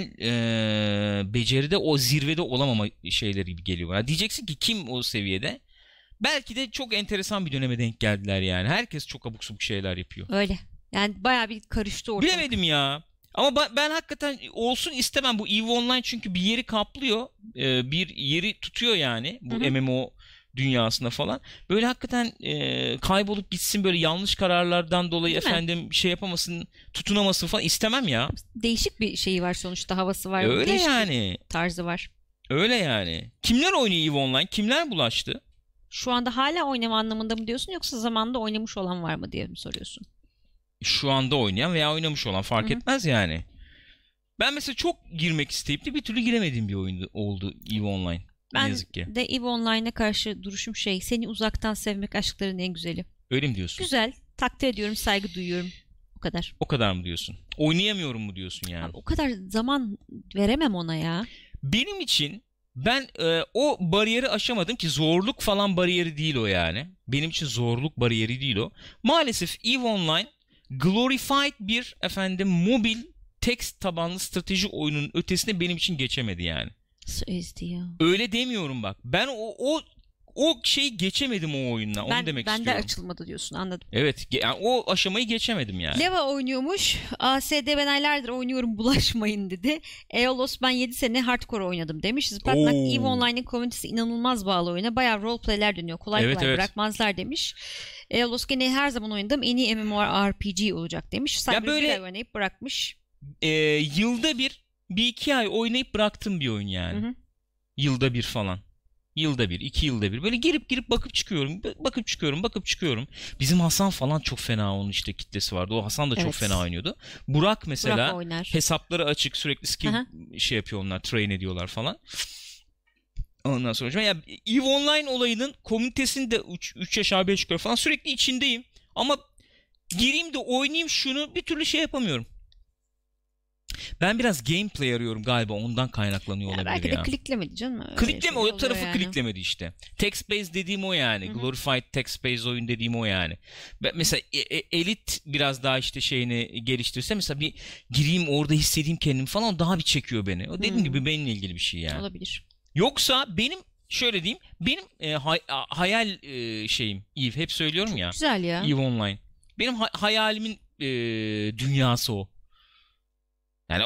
beceride o zirvede olamama şeyleri gibi geliyor bana. Diyeceksin ki kim o seviyede? Belki de çok enteresan bir döneme denk geldiler yani. Herkes çok abuk subuk şeyler yapıyor. Öyle. Yani bayağı bir karıştı ortalık. Bilemedim ya. Ama ben hakikaten olsun istemem. Bu EVE Online çünkü bir yeri kaplıyor. Bir yeri tutuyor yani. Bu MMO dünyasında falan. Böyle hakikaten kaybolup gitsin böyle yanlış kararlardan dolayı değil efendim mi? şey yapamasın, tutunamasın falan istemem ya. Değişik bir şeyi var sonuçta. Havası var. Öyle değişik yani. bir tarzı var. Öyle yani. Kimler oynuyor EVE Online? Kimler bulaştı? Şu anda hala oynama anlamında mı diyorsun yoksa zamanında oynamış olan var mı diye mi soruyorsun? Şu anda oynayan veya oynamış olan fark etmez yani. Ben mesela çok girmek isteyip de bir türlü giremediğim bir oyun oldu EVE Online. Ben ne yazık ki. de EVE Online'a karşı duruşum seni uzaktan sevmek aşkların en güzeli. Öyle mi diyorsun? Güzel, takdir ediyorum, saygı duyuyorum. O kadar. O kadar mı diyorsun? Oynayamıyorum mu diyorsun yani? Abi, o kadar zaman veremem ona ya. Benim için ben o bariyeri aşamadım ki zorluk falan bariyeri değil o yani. Benim için zorluk bariyeri değil o. Maalesef EVE Online glorified bir efendim mobil text tabanlı strateji oyunun ötesine benim için geçemedi yani. Ezdi ya. Öyle demiyorum bak. Ben o şeyi geçemedim o oyunla. Onu demek istiyorum. Ben de açılmadı diyorsun, anladım. Evet. Yani o aşamayı geçemedim yani. Leva oynuyormuş. ASD ben aylardır oynuyorum bulaşmayın dedi. Eolos ben 7 sene hardcore oynadım demiş. Zıplatmak EVE Online'in komünitesi inanılmaz bağlı oyuna. Bayağı roleplay'ler dönüyor. Kolay kolay bırakmazlar demiş. Eolos gene her zaman oynadım. En iyi MMORPG olacak demiş. Cyber böyle, bir ay oynayıp bırakmış. Yılda bir iki ay oynayıp bıraktım bir oyun yani. Yılda bir falan. Yılda bir, 2 yılda bir. Böyle girip bakıp çıkıyorum. Bizim Hasan falan çok fena onun işte kitlesi vardı. O Hasan da çok fena oynuyordu. Burak mesela hesapları açık sürekli skill şey yapıyor onlar. Train ediyorlar falan. Ondan sonra ya EVE Online olayının komünitesinde 3 aşağı 5 yukarı falan sürekli içindeyim. Ama gireyim de oynayayım şunu bir türlü şey yapamıyorum. Ben biraz gameplay arıyorum galiba ondan kaynaklanıyor olabilir ya. Belki de kliklemedi canım. Klikleme o tarafı yani. Kliklemedi işte. Text based dediğim o yani. Glorified text based oyun dediğim o yani. Mesela Elite biraz daha işte şeyini geliştirse mesela bir gireyim orada hissedeyim kendimi falan daha bir çekiyor beni. O dediğim gibi benimle ilgili bir şey yani. Olabilir. Yoksa benim şöyle diyeyim benim hayal şeyim EVE hep söylüyorum çok ya. Güzel ya. EVE Online. Benim hayalimin dünyası o. Yani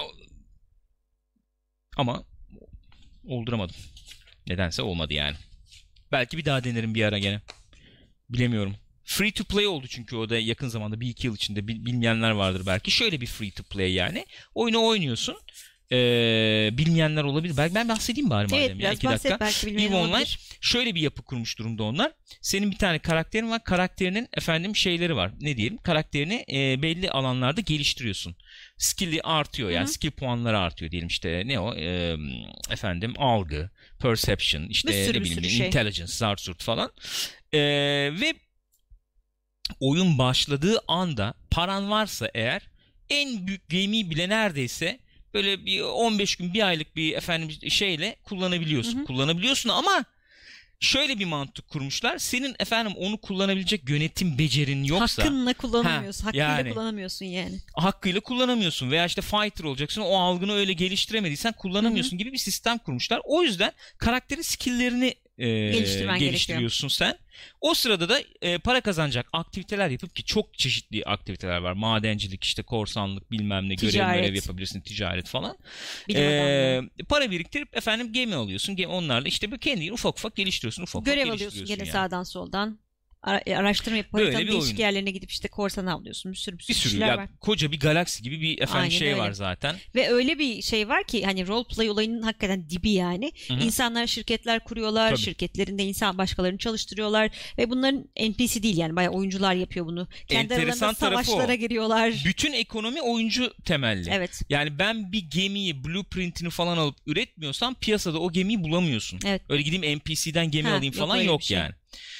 ama olduramadım. Nedense olmadı yani. Belki bir daha denerim bir ara gene. Bilemiyorum. Free to play oldu çünkü o da yakın zamanda 1-2 yıl içinde bilmeyenler vardır belki. Şöyle bir free to play yani. Oyunu oynuyorsun. Bilmeyenler olabilir. Belki ben bahsedeyim bari madem. Evet, biraz 2 dakika. EVE Online şöyle bir yapı kurmuş durumda onlar. Senin bir tane karakterin var. Karakterinin efendim şeyleri var. Ne diyelim? Karakterini belli alanlarda geliştiriyorsun. Skill'i artıyor yani. Skill puanları artıyor diyelim işte ne o? Efendim algı, perception, işte ne bileyim intelligence, zarsurt falan. Ve oyun başladığı anda paran varsa eğer en büyük gemiyi bile neredeyse böyle bir 15 gün bir aylık bir efendim şeyle kullanabiliyorsun. Kullanabiliyorsun ama şöyle bir mantık kurmuşlar. Senin efendim onu kullanabilecek yönetim becerin yoksa hakkınla kullanamıyorsun. Hakkıyla kullanamıyorsun yani. Hakkıyla kullanamıyorsun veya işte fighter olacaksın. O algını öyle geliştiremediysen kullanamıyorsun gibi bir sistem kurmuşlar. O yüzden karakterin skill'lerini geliştiriyorsun sen. O sırada da para kazanacak aktiviteler yapıp, ki çok çeşitli aktiviteler var. Madencilik, işte korsanlık, bilmem ne, görev yapabilirsin, ticaret falan. Para biriktirip efendim gemi alıyorsun. Onlarla işte kendini ufak ufak geliştiriyorsun. Görev alıyorsun gene yani. Sağdan soldan. Araştırma yapıp haritanın değişik yerlerine gidip işte korsan avlıyorsun. Bir sürü şeyler var. Koca bir galaksi gibi bir var zaten. Ve öyle bir şey var ki hani role play olayının hakikaten dibi yani. Hı-hı. İnsanlar şirketler kuruyorlar. Tabii. Şirketlerinde başkalarını çalıştırıyorlar ve bunların NPC değil yani, bayağı oyuncular yapıyor bunu. Kendi aralarında savaşlara giriyorlar. Bütün ekonomi oyuncu temelli. Evet. Yani ben bir gemiyi, blueprintini falan alıp üretmiyorsam piyasada o gemiyi bulamıyorsun. Evet. Öyle gideyim NPC'den gemi alayım falan yok yani.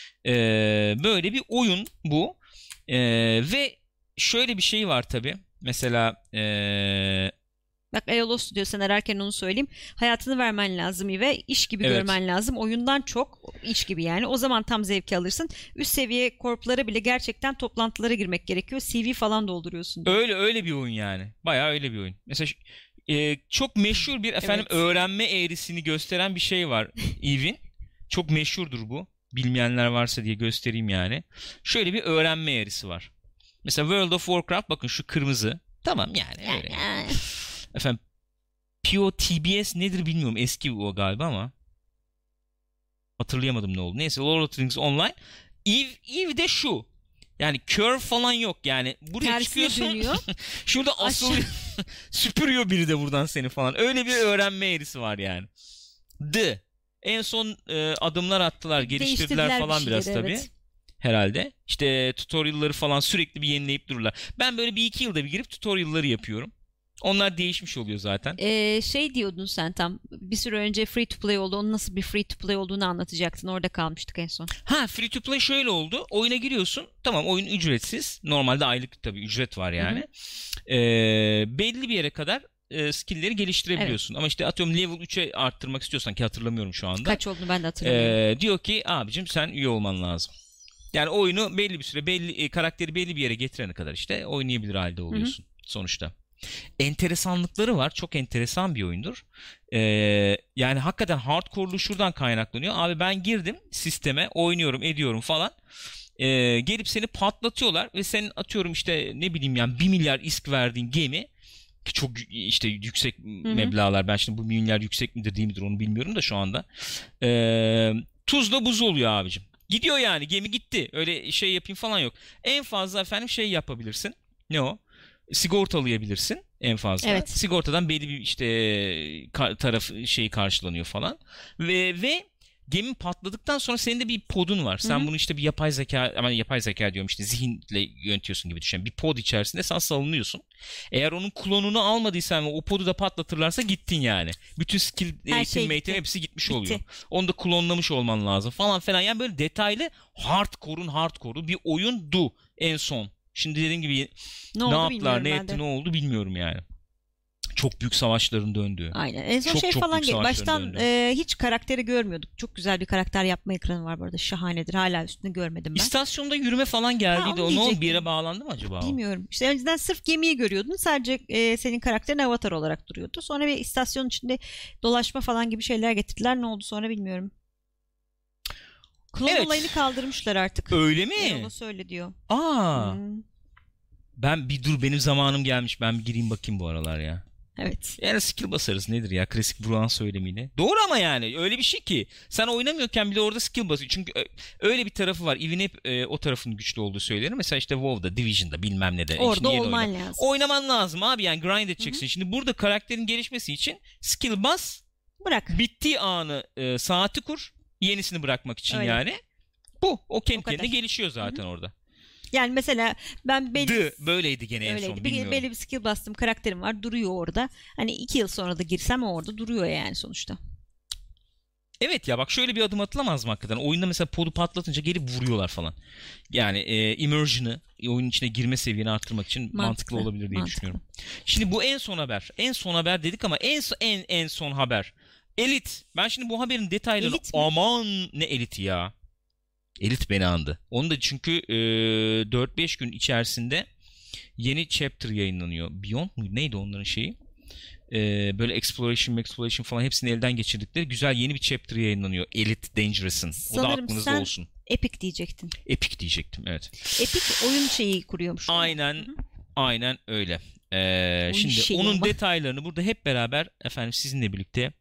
Böyle bir oyun bu. Ve şöyle bir şey var tabii. Mesela bak, Aeolos diyor, sen ararken onu söyleyeyim. Hayatını vermen lazım ve iş gibi görmen lazım. Oyundan çok iş gibi yani. O zaman tam zevki alırsın. Üst seviye korplara bile gerçekten toplantılara girmek gerekiyor. CV falan dolduruyorsun diyor. Öyle bir oyun yani. Bayağı öyle bir oyun. Mesela çok meşhur bir öğrenme eğrisini gösteren bir şey var Eve'in. Çok meşhurdur bu. Bilmeyenler varsa diye göstereyim yani. şöyle bir öğrenme eğrisi var. Mesela World of Warcraft, bakın şu kırmızı. Tamam yani öyle. Efendim POTBS nedir bilmiyorum. Eski o galiba ama hatırlayamadım ne oldu. Neyse, Lord of the Rings Online. Eve de şu. Yani curve falan yok yani. Buraya tersine çıkıyorsun. Şurada asıl süpürüyor biri de buradan seni falan. Öyle bir öğrenme eğrisi var yani. En son adımlar attılar, geliştirdiler falan biraz tabii. Evet. Herhalde. İşte tutorial'ları falan sürekli bir yenileyip dururlar. Ben böyle bir iki yılda bir girip tutorial'ları yapıyorum. Onlar değişmiş oluyor zaten. Şey diyordun sen tam. Bir süre önce free to play oldu. Onun nasıl bir free to play olduğunu anlatacaktın. Orada kalmıştık en son. Free to play şöyle oldu. Oyuna giriyorsun. Tamam, oyun ücretsiz. Normalde aylık tabii ücret var yani. Belli bir yere kadar skill'leri geliştirebiliyorsun. Evet. Ama işte atıyorum level 3'e arttırmak istiyorsan, ki hatırlamıyorum şu anda. Kaç olduğunu ben de hatırlamıyorum. Diyor ki abicim sen üye olman lazım. Yani oyunu belli bir süre, karakteri belli bir yere getirene kadar işte oynayabilir halde oluyorsun sonuçta. Enteresanlıkları var. Çok enteresan bir oyundur. Yani hakikaten hardcore'lu şuradan kaynaklanıyor. Abi ben girdim sisteme, oynuyorum, ediyorum falan. Gelip seni patlatıyorlar ve senin atıyorum işte ne bileyim yani 1 milyar isk verdiğin gemi, ki çok işte yüksek meblağlar. Ben şimdi bu 1 milyar yüksek midir değil midir onu bilmiyorum da şu anda. Tuzla buz oluyor abicim. Gidiyor yani, gemi gitti. Öyle şey yapayım falan yok. En fazla efendim şey yapabilirsin. Ne o? Sigortalayabilirsin en fazla. Evet. Sigortadan belli bir işte taraf şeyi karşılanıyor falan. Ve gemi patladıktan sonra senin de bir podun var. Sen bunu işte bir yapay zeka diyorum, işte zihinle yönetiyorsun gibi düşün. Bir pod içerisinde sen salınıyorsun. Eğer onun klonunu almadıysan ve o podu da patlatırlarsa gittin yani. Bütün skill eğitim hepsi gitmiş oluyor. Onu da klonlamış olman lazım falan filan. Yani böyle detaylı hardcore'u bir oyundu en son. Şimdi dediğim gibi ne yaptılar, ne etti, ne oldu bilmiyorum yani. Çok büyük savaşların döndüğü. Aynen. En son çok falan baştan hiç karakteri görmüyorduk. Çok güzel bir karakter yapma ekranı var bu arada. Şahanedir. Hala üstünü görmedim ben. İstasyonda yürüme falan geldiydi. O ne oldu? Bir yere bağlandı mı acaba? Bilmiyorum. İşte önceden sırf gemiyi görüyordun. Sadece senin karakterin avatar olarak duruyordu. Sonra bir istasyonun içinde dolaşma falan gibi şeyler getirdiler. Ne oldu sonra bilmiyorum. Klon olayını kaldırmışlar artık. Öyle mi? Onu söyle diyor. Benim zamanım gelmiş. Ben bir gireyim bakayım bu aralar ya. Evet. Yani skill basarız nedir ya, klasik Burak'ın söylemiyle. Doğru ama yani öyle bir şey ki sen oynamıyorken bile orada skill basıyor. Çünkü öyle bir tarafı var. Eve'in hep o tarafın güçlü olduğu söylenir. Mesela işte WoW'da, Division'da bilmem ne de. Orada olman lazım. Oynaman lazım abi, yani grind edeceksin. Şimdi burada karakterin gelişmesi için skill bas. Bırak. Bittiği anı saati kur. Yenisini bırakmak için öyle. Yani. O kendi kendine gelişiyor zaten orada. Yani mesela ben böyleydi gene en son, bilmiyorum. Belli bir skill bastım, karakterim var, duruyor orada. Hani 2 yıl sonra da girsem orada duruyor yani sonuçta. Evet ya, bak şöyle bir adım atılamaz mı hakikaten? Oyunda mesela podu patlatınca gelip vuruyorlar falan. Yani immersion'ı, oyunun içine girme seviyeni arttırmak için mantıklı olabilir diye düşünüyorum. Şimdi bu en son haber. En son haber dedik ama en son haber. Elite. Ben şimdi bu haberin detaylarını aman ne eliti ya. Elit beni andı. Onu da çünkü 4-5 gün içerisinde yeni chapter yayınlanıyor. Beyond mu? Neydi onların şeyi? böyle exploration falan hepsini elden geçirdikleri güzel yeni bir chapter yayınlanıyor. Elite Dangerous'ın. O da Sanırım aklınızda sen olsun. Epic diyecektin. Epic diyecektim, evet. Epic oyun şeyi kuruyormuş. Aynen. Hı hı. Aynen öyle. Şimdi şeyi onun ama. detaylarını burada hep beraber efendim sizinle birlikte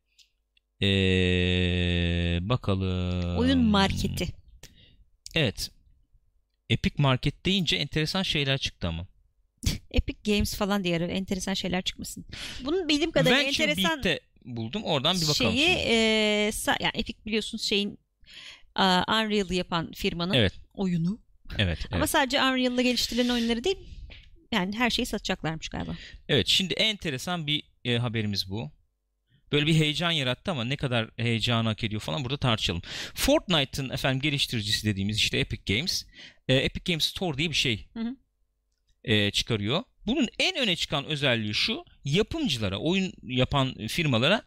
bakalım. Oyun marketi. Evet. Epic Market deyince enteresan şeyler çıktı ama. Epic Games falan diye enteresan şeyler çıkmasın. Bunun bildiğim kadarıyla Venture enteresan Beat'te buldum. Oradan bir bakalım şeyi şimdi. yani Epic biliyorsunuz şeyin Unreal'ı yapan firmanın Evet. oyunu. Evet. Ama sadece Unreal'la geliştirilen oyunları değil, yani her şeyi satacaklarmış galiba. Evet. Şimdi enteresan bir haberimiz bu. Böyle bir heyecan yarattı ama ne kadar heyecanı hak ediyor falan burada tartışalım. Fortnite'ın efendim geliştiricisi dediğimiz işte Epic Games. Epic Games Store diye bir şey çıkarıyor. Bunun en öne çıkan özelliği şu: yapımcılara, oyun yapan firmalara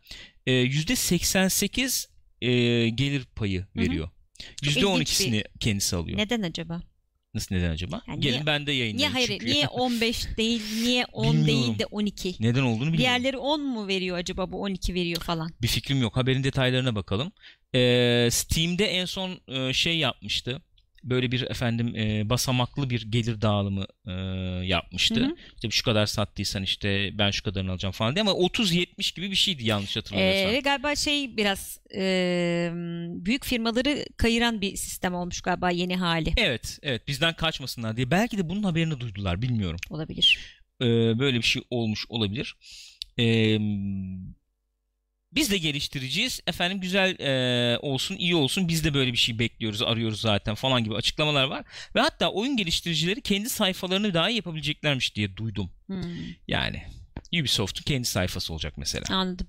%88 gelir payı veriyor. %12'sini kendisi alıyor. Neden acaba? Nasıl neden acaba? Yani gelin ben de yayınlayayım. Niye 15 değil, niye 10 Bilmiyorum. değil de 12? Neden olduğunu bilmiyorum. Diğerleri 10 mu veriyor acaba, bu 12 veriyor falan? Bir fikrim yok. Haberin detaylarına bakalım. Steam'de en son şey yapmıştı. Böyle bir efendim basamaklı bir gelir dağılımı yapmıştı. Hı hı. İşte şu kadar sattıysan işte ben şu kadarını alacağım falan diye, ama 30-70 gibi bir şeydi yanlış hatırlamıyorsam. Ve galiba şey biraz büyük firmaları kayıran bir sistem olmuş galiba yeni hali. Evet, evet, bizden kaçmasınlar diye. Belki de bunun haberini duydular, bilmiyorum. Olabilir. Böyle bir şey olmuş olabilir. Biz de geliştireceğiz. Efendim güzel olsun, iyi olsun. Biz de böyle bir şey bekliyoruz, arıyoruz zaten falan gibi açıklamalar var. Ve hatta oyun geliştiricileri kendi sayfalarını dahi yapabileceklermiş diye duydum. Yani Ubisoft'un kendi sayfası olacak mesela. Anladım.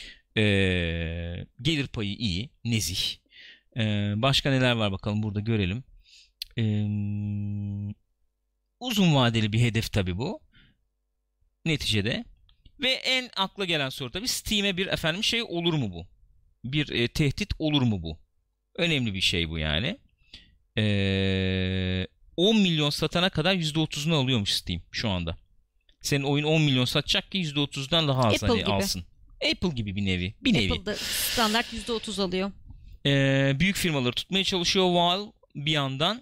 Gelir payı iyi, nezih. Başka neler var bakalım burada görelim. Uzun vadeli bir hedef tabii bu. Neticede. Ve en akla gelen soru tabii, Steam'e bir efendim şey olur mu bu? Bir tehdit olur mu bu? Önemli bir şey bu yani. 10 milyon satana kadar %30'unu alıyormuş Steam şu anda. Senin oyun 10 milyon satacak ki %30'dan daha az Apple gibi alsın. Apple gibi bir nevi. Bir nevi. Apple'da standart %30 alıyor. Büyük firmaları tutmaya çalışıyor Valve bir yandan.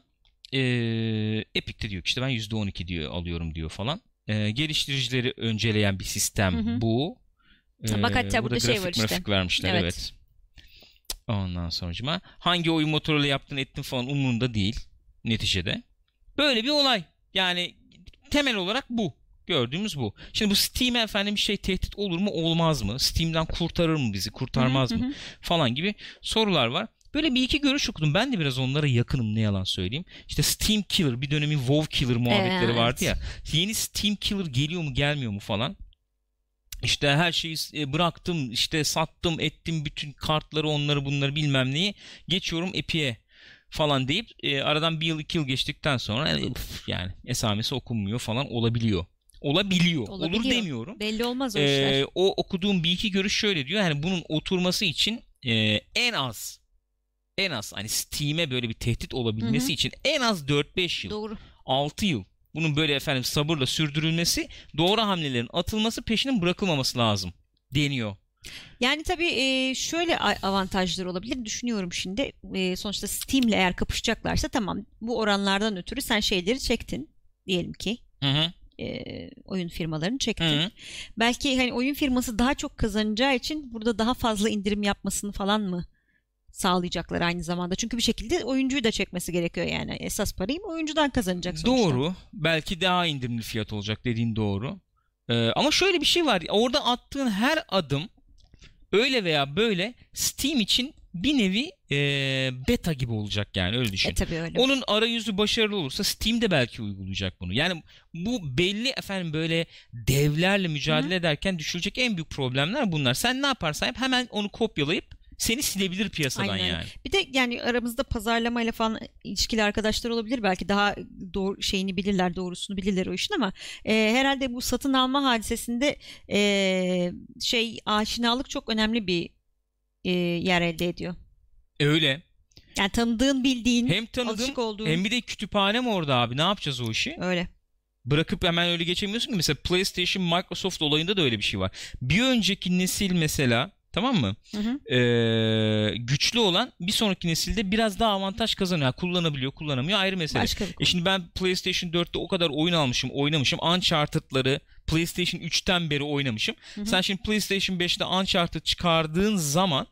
Epic de diyor ki işte ben %12 diyor alıyorum diyor falan. Geliştiricileri önceleyen bir sistem bu. Bak hatta burada şey var işte. Grafik vermişler, evet. Ondan sonucuma hangi oyun motoruyla yaptın ettin falan umurunda değil neticede. Böyle bir olay. Yani temel olarak bu. Gördüğümüz bu. Şimdi bu Steam'e efendim bir şey tehdit olur mu olmaz mı? Steam'den kurtarır mı bizi, kurtarmaz mı? Falan gibi sorular var. Böyle bir iki görüş okudum. Ben de biraz onlara yakınım, ne yalan söyleyeyim. İşte Steam Killer, bir dönemin WoW Killer muhabbetleri vardı ya. Yeni Steam Killer geliyor mu gelmiyor mu falan. İşte her şeyi bıraktım, işte sattım, ettim bütün kartları, onları bunları bilmem neyi. Geçiyorum Epic'e falan deyip aradan bir yıl 2 yıl geçtikten sonra yani esamesi okunmuyor falan olabiliyor. Olur demiyorum. Belli olmaz o işler. O okuduğum bir iki görüş şöyle diyor. Yani bunun oturması için en az hani Steam'e böyle bir tehdit olabilmesi için en az 4-5 yıl. Doğru. 6 yıl. Bunun böyle efendim sabırla sürdürülmesi, doğru hamlelerin atılması, peşinin bırakılmaması lazım deniyor. Yani tabii şöyle avantajları olabilir. Düşünüyorum şimdi. Sonuçta Steam'le eğer kapışacaklarsa tamam, bu oranlardan ötürü sen şeyleri çektin. Diyelim ki. Oyun firmalarını çektin. Belki hani oyun firması daha çok kazanacağı için burada daha fazla indirim yapmasını falan mı sağlayacaklar aynı zamanda? Çünkü bir şekilde oyuncuyu da çekmesi gerekiyor yani. Esas parayı oyuncudan kazanacak sonuçta. Doğru. Belki daha indirimli fiyat olacak, dediğin doğru. Ama şöyle bir şey var. Orada attığın her adım öyle veya böyle Steam için bir nevi beta gibi olacak yani, öyle düşün. Tabii öyle. Onun arayüzü başarılı olursa Steam de belki uygulayacak bunu. Yani bu belli efendim böyle devlerle mücadele ederken düşülecek en büyük problemler bunlar. Sen ne yaparsan yap hemen onu kopyalayıp seni silebilir piyasadan. Aynen. Yani. Bir de yani aramızda pazarlamayla falan ilişkili arkadaşlar olabilir. Belki daha doğru şeyini bilirler, doğrusunu bilirler o işin, ama herhalde bu satın alma hadisesinde aşinalık çok önemli bir yer elde ediyor. Öyle. Yani tanıdığın, bildiğin, hem tanıdığım alışık olduğun. hem bir de kütüphane mi orada abi? Ne yapacağız o işi? Öyle. Bırakıp hemen öyle geçemiyorsun ki. Mesela PlayStation, Microsoft olayında da öyle bir şey var. Bir önceki nesil mesela, tamam mı? Hı hı. Güçlü olan bir sonraki nesilde biraz daha avantaj kazanıyor. Yani kullanabiliyor, kullanamıyor, ayrı mesele. Başka bir konu. Şimdi ben PlayStation 4'te o kadar oyun almışım, oynamışım. Uncharted'ları PlayStation 3'ten beri oynamışım. Hı hı. Sen şimdi PlayStation 5'te Uncharted çıkardığın zaman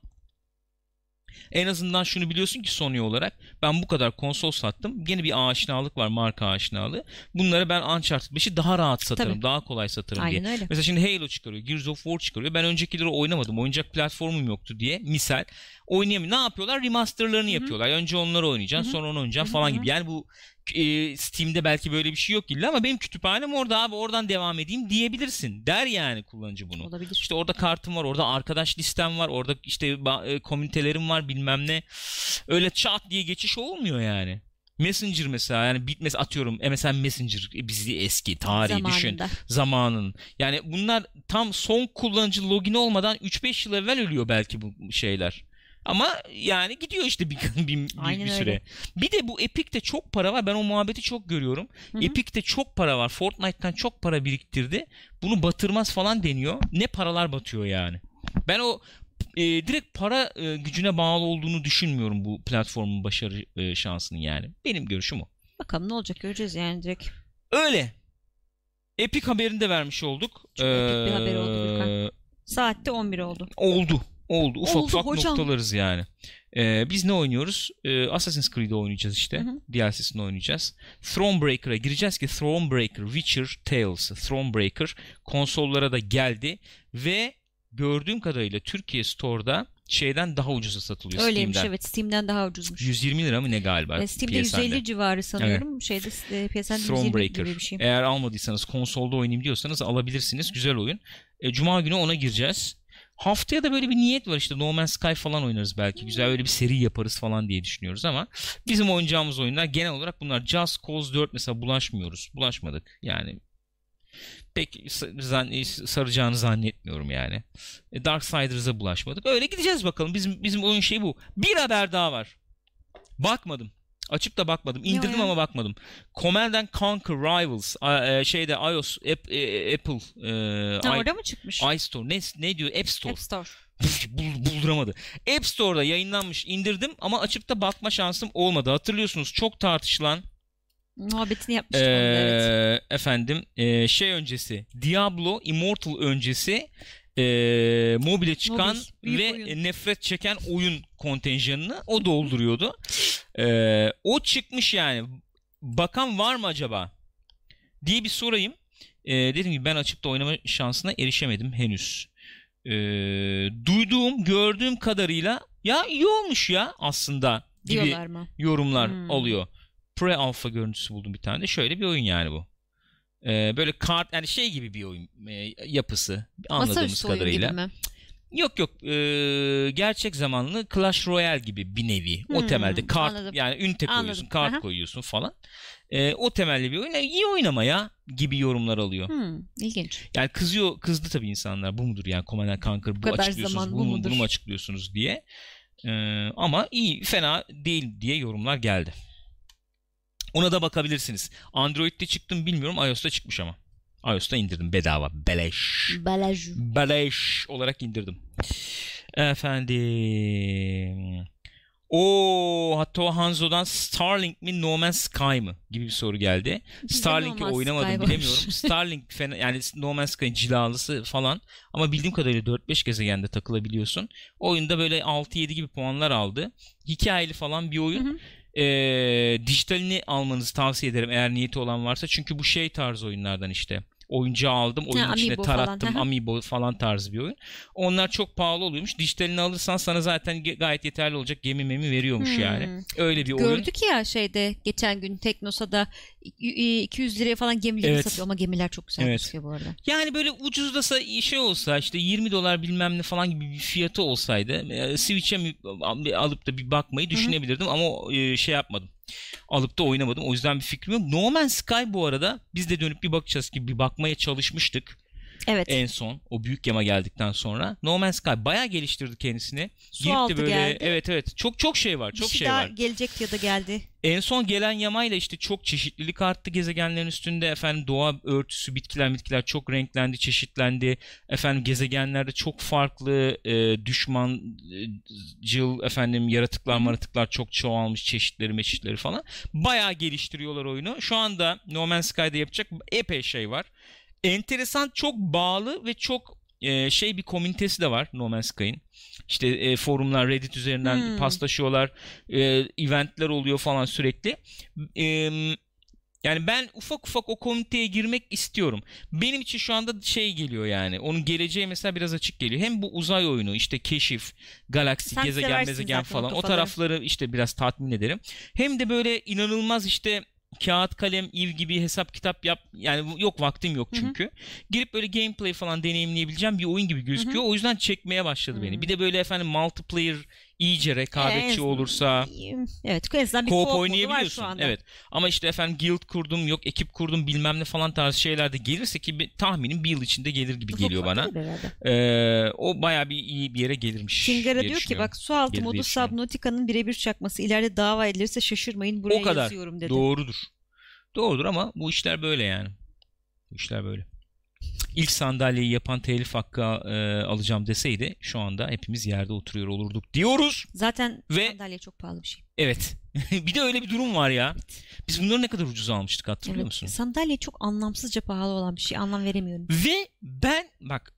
en azından şunu biliyorsun ki Sony olarak ben bu kadar konsol sattım. Gene bir aşinalık var, marka aşinalığı. Bunları ben Uncharted 5'i daha rahat satarım, Tabii. daha kolay satarım Aynen diye. öyle. Mesela şimdi Halo çıkarıyor, Gears of War çıkarıyor. Ben öncekileri oynamadım, oynayacak platformum yoktu diye misal oynayamıyorum. Ne yapıyorlar? Remasterlarını yapıyorlar. Önce onları oynayacaksın, sonra onu oynayacaksın falan gibi. Yani bu Steam'de belki böyle bir şey yok illa ama benim kütüphanem orada abi, oradan devam edeyim diyebilirsin. Der yani kullanıcı bunu. Olabilir. İşte orada kartım var, orada arkadaş listem var, orada işte komünitelerim var bilmem ne. Öyle çat diye geçiş olmuyor yani. Messenger mesela, yani bitmez, atıyorum MSN Messenger, bizi eski tarihi düşün zamanın. Yani bunlar tam son kullanıcı login olmadan 3-5 yıl evvel ölüyor belki bu şeyler. Ama yani gidiyor işte bir süre. Öyle. Bir de bu Epic'te çok para var. Ben o muhabbeti çok görüyorum. Hı-hı. Epic'te çok para var. Fortnite'tan çok para biriktirdi. Bunu batırmaz falan deniyor. Ne paralar batıyor yani. Ben o direkt para gücüne bağlı olduğunu düşünmüyorum bu platformun başarı şansının yani. Benim görüşüm o. Bakalım ne olacak, göreceğiz yani direkt. Öyle. Epic haberini de vermiş olduk. Çok epik bir haber oldu Gürkan. Saatte 11 oldu. Oldu. Ufak hocam. noktalarız yani. Biz ne oynuyoruz? Assassin's Creed'i oynayacağız işte. Hı hı. DLC'sini oynayacağız. Thronebreaker'a gireceğiz ki Thronebreaker, Witcher Tales, Thronebreaker konsollara da geldi ve gördüğüm kadarıyla Türkiye Store'da şeyden daha ucuza satılıyor. Öyleymiş, Steam'den. evet, Steam'den daha ucuzmuş. 120 lira mı ne galiba? Steam'de PSN'de. 150 civarı sanıyorum. Şeyde PSN'de 120 Thronebreaker. gibi bir şey. Eğer almadıysanız, konsolda oynayayım diyorsanız alabilirsiniz. Güzel oyun. Cuma günü ona gireceğiz. Haftaya da böyle bir niyet var, işte No Man's Sky falan oynarız belki. Güzel öyle bir seri yaparız falan diye düşünüyoruz ama bizim oynayacağımız oyunlar genel olarak bunlar. Just Cause 4 mesela bulaşmadık. Yani pek saracağını zannetmiyorum yani. Darksiders'a bulaşmadık. Öyle gideceğiz bakalım. Bizim oyun şey bu. Bir haber daha var. Bakmadım. Açıp da bakmadım. İndirdim ama bakmadım. Command and Conquer Rivals şeyde iOS Apple orada mı çıkmış? iStore ne diyor? App Store. App Store. Bulduramadı. App Store'da yayınlanmış. İndirdim ama açıp da bakma şansım olmadı. Hatırlıyorsunuz çok tartışılan muhabbetini yapmıştık onu da, evet. Efendim şey öncesi Diablo Immortal öncesi mobile çıkan ve oyun. nefret çeken oyun kontenjanını o dolduruyordu. O çıkmış yani. Bakan var mı acaba diye bir sorayım. Dediğim gibi ben açıp da oynama şansına erişemedim henüz. Gördüğüm kadarıyla ya iyi olmuş ya aslında gibi diyorlar mı? yorumlar alıyor. Pre-alpha görüntüsü buldum bir tane de. Şöyle bir oyun yani bu. Böyle kart, yani şey gibi bir oyun yapısı anladığımız kadarıyla. Oyun gibi mi? Yok gerçek zamanlı Clash Royale gibi bir nevi. O temelde kart, anladım. yani ünite koyuyorsun, kart koyuyorsun falan. O temelli bir oyun. İyi oynamaya gibi yorumlar alıyor. İlginç. Yani kızdı tabii insanlar. Bu mudur yani Command & Conquer, bu açıklıyorsunuz, bunu mu açıklıyorsunuz diye. Ama iyi, fena değil diye yorumlar geldi. Ona da bakabilirsiniz. Android'de çıktı mı bilmiyorum. iOS'ta çıkmış ama. iOS'ta indirdim bedava. Beleş olarak indirdim. Efendim. Hatta Hanzo'dan Starlink mi No Man's Sky mı gibi bir soru geldi. Starlink'i oynamadım, bilemiyorum. Starlink fena, yani No Man's Sky'ın cilalısı falan. Ama bildiğim kadarıyla 4-5 gezegende takılabiliyorsun. Oyunda böyle 6-7 gibi puanlar aldı. Hikayeli falan bir oyun. Dijitalini almanızı tavsiye ederim eğer niyeti olan varsa. Çünkü bu şey tarzı oyunlardan işte. Oyuncağı aldım, oyunun içine tarattım, Amiibo falan tarzı bir oyun. Onlar çok pahalı oluyormuş. Dijitalini alırsan sana zaten gayet yeterli olacak gemi veriyormuş yani. Öyle bir oyun. Gördük ya şeyde geçen gün Teknosa'da 200 liraya falan gemileri satıyor ama gemiler çok güzel gözüküyor bu arada. Yani böyle ucuzdasa şey olsa işte $20 bilmem ne falan gibi bir fiyatı olsaydı Switch'e alıp da bir bakmayı düşünebilirdim ama şey yapmadım. Alıp da oynamadım. O yüzden bir fikrim yok. No Man's Sky bu arada biz de dönüp bir bakacağız gibi bir bakmaya çalışmıştık. Evet. En son o büyük yama geldikten sonra No Man's Sky bayağı geliştirdi kendisini. Su altı böyle geldi. evet çok şey var. Çok bir şey daha var. gelecekti ya da geldi. En son gelen yamayla işte çok çeşitlilik arttı gezegenlerin üstünde. Efendim doğa örtüsü, bitkiler çok renklendi, çeşitlendi. Efendim gezegenlerde çok farklı düşmancıl yaratıklar çok çoğalmış, çeşitleri falan. Bayağı geliştiriyorlar oyunu. Şu anda No Man's Sky'da yapacak epey şey var. Enteresan, çok bağlı ve çok bir komünitesi de var No Man's Sky'ın. İşte forumlar, Reddit üzerinden paslaşıyorlar. Eventler oluyor falan sürekli. Yani ben ufak o komüniteye girmek istiyorum. Benim için şu anda geliyor yani. Onun geleceği mesela biraz açık geliyor. Hem bu uzay oyunu, işte keşif, galaksi, Sen gezegen falan, o tarafları işte biraz tatmin ederim. Hem de böyle inanılmaz işte kağıt kalem ev gibi hesap kitap yap, yani yok, vaktim yok çünkü. Girip böyle gameplay falan deneyimleyebileceğim bir oyun gibi gözüküyor. O yüzden çekmeye başladı beni. Bir de böyle multiplayer iyice rekabetçi olursa, evet, en azından bir co-op co-op oynayabiliyorsun. var şu anda. Evet. Ama işte guild kurdum, yok ekip kurdum bilmem ne falan tarzı şeyler de gelirse, ki tahminim bir yıl içinde gelir gibi geliyor bana. O bayağı iyi bir yere gelirmiş. Kingara diyor ki bak, sualtı Gelir modu Subnautica'nın birebir çakması. İleride dava edilirse şaşırmayın, buraya o kadar yazıyorum dedi. Doğrudur ama bu işler böyle yani. Bu işler böyle. İlk sandalyeyi yapan telif hakkı alacağım deseydi şu anda hepimiz yerde oturuyor olurduk diyoruz. Zaten sandalye çok pahalı bir şey. Evet. Bir de öyle bir durum var ya. Biz bunları ne kadar ucuz almıştık, hatırlıyor musun? Sandalye çok anlamsızca pahalı olan bir şey. Anlam veremiyorum. Ve ben bak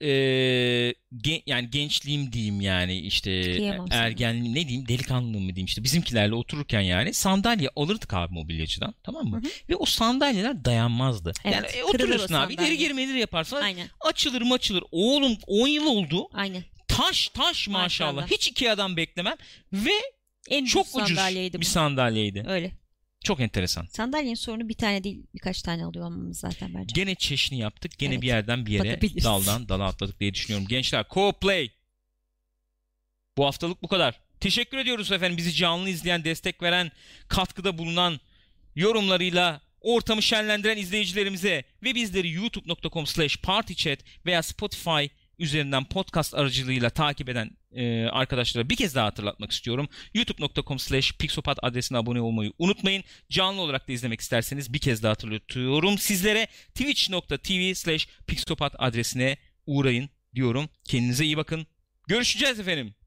yani gençliğim diyeyim, yani işte ergenliğim ne diyeyim, delikanlılığım mı diyeyim, işte bizimkilerle otururken yani sandalye alırdık abi mobilyacıdan, tamam mı? Ve o sandalyeler dayanmazdı. Evet, yani oturuyorsun abi, ileri geri yaparsan açılır. Oğlum 10 yıl oldu. Aynen. Taş maşallah. Hiç Ikea'dan beklemem ve çok ucuz bir sandalyeydi. Öyle. Çok enteresan. Sandalyenin sorunu bir tane değil, birkaç tane alıyor olmamız zaten bence. Gene çeşni yaptık. Gene bir yerden bir yere, daldan dala atladık diye düşünüyorum. Gençler, co-play. Bu haftalık bu kadar. Teşekkür ediyoruz efendim bizi canlı izleyen, destek veren, katkıda bulunan, yorumlarıyla ortamı şenlendiren izleyicilerimize ve bizleri youtube.com/partychat veya Spotify üzerinden podcast aracılığıyla takip eden arkadaşlara bir kez daha hatırlatmak istiyorum. youtube.com/pixopat adresine abone olmayı unutmayın. Canlı olarak da izlemek isterseniz bir kez daha hatırlatıyorum sizlere, twitch.tv/pixopat adresine uğrayın diyorum. Kendinize iyi bakın. Görüşeceğiz efendim.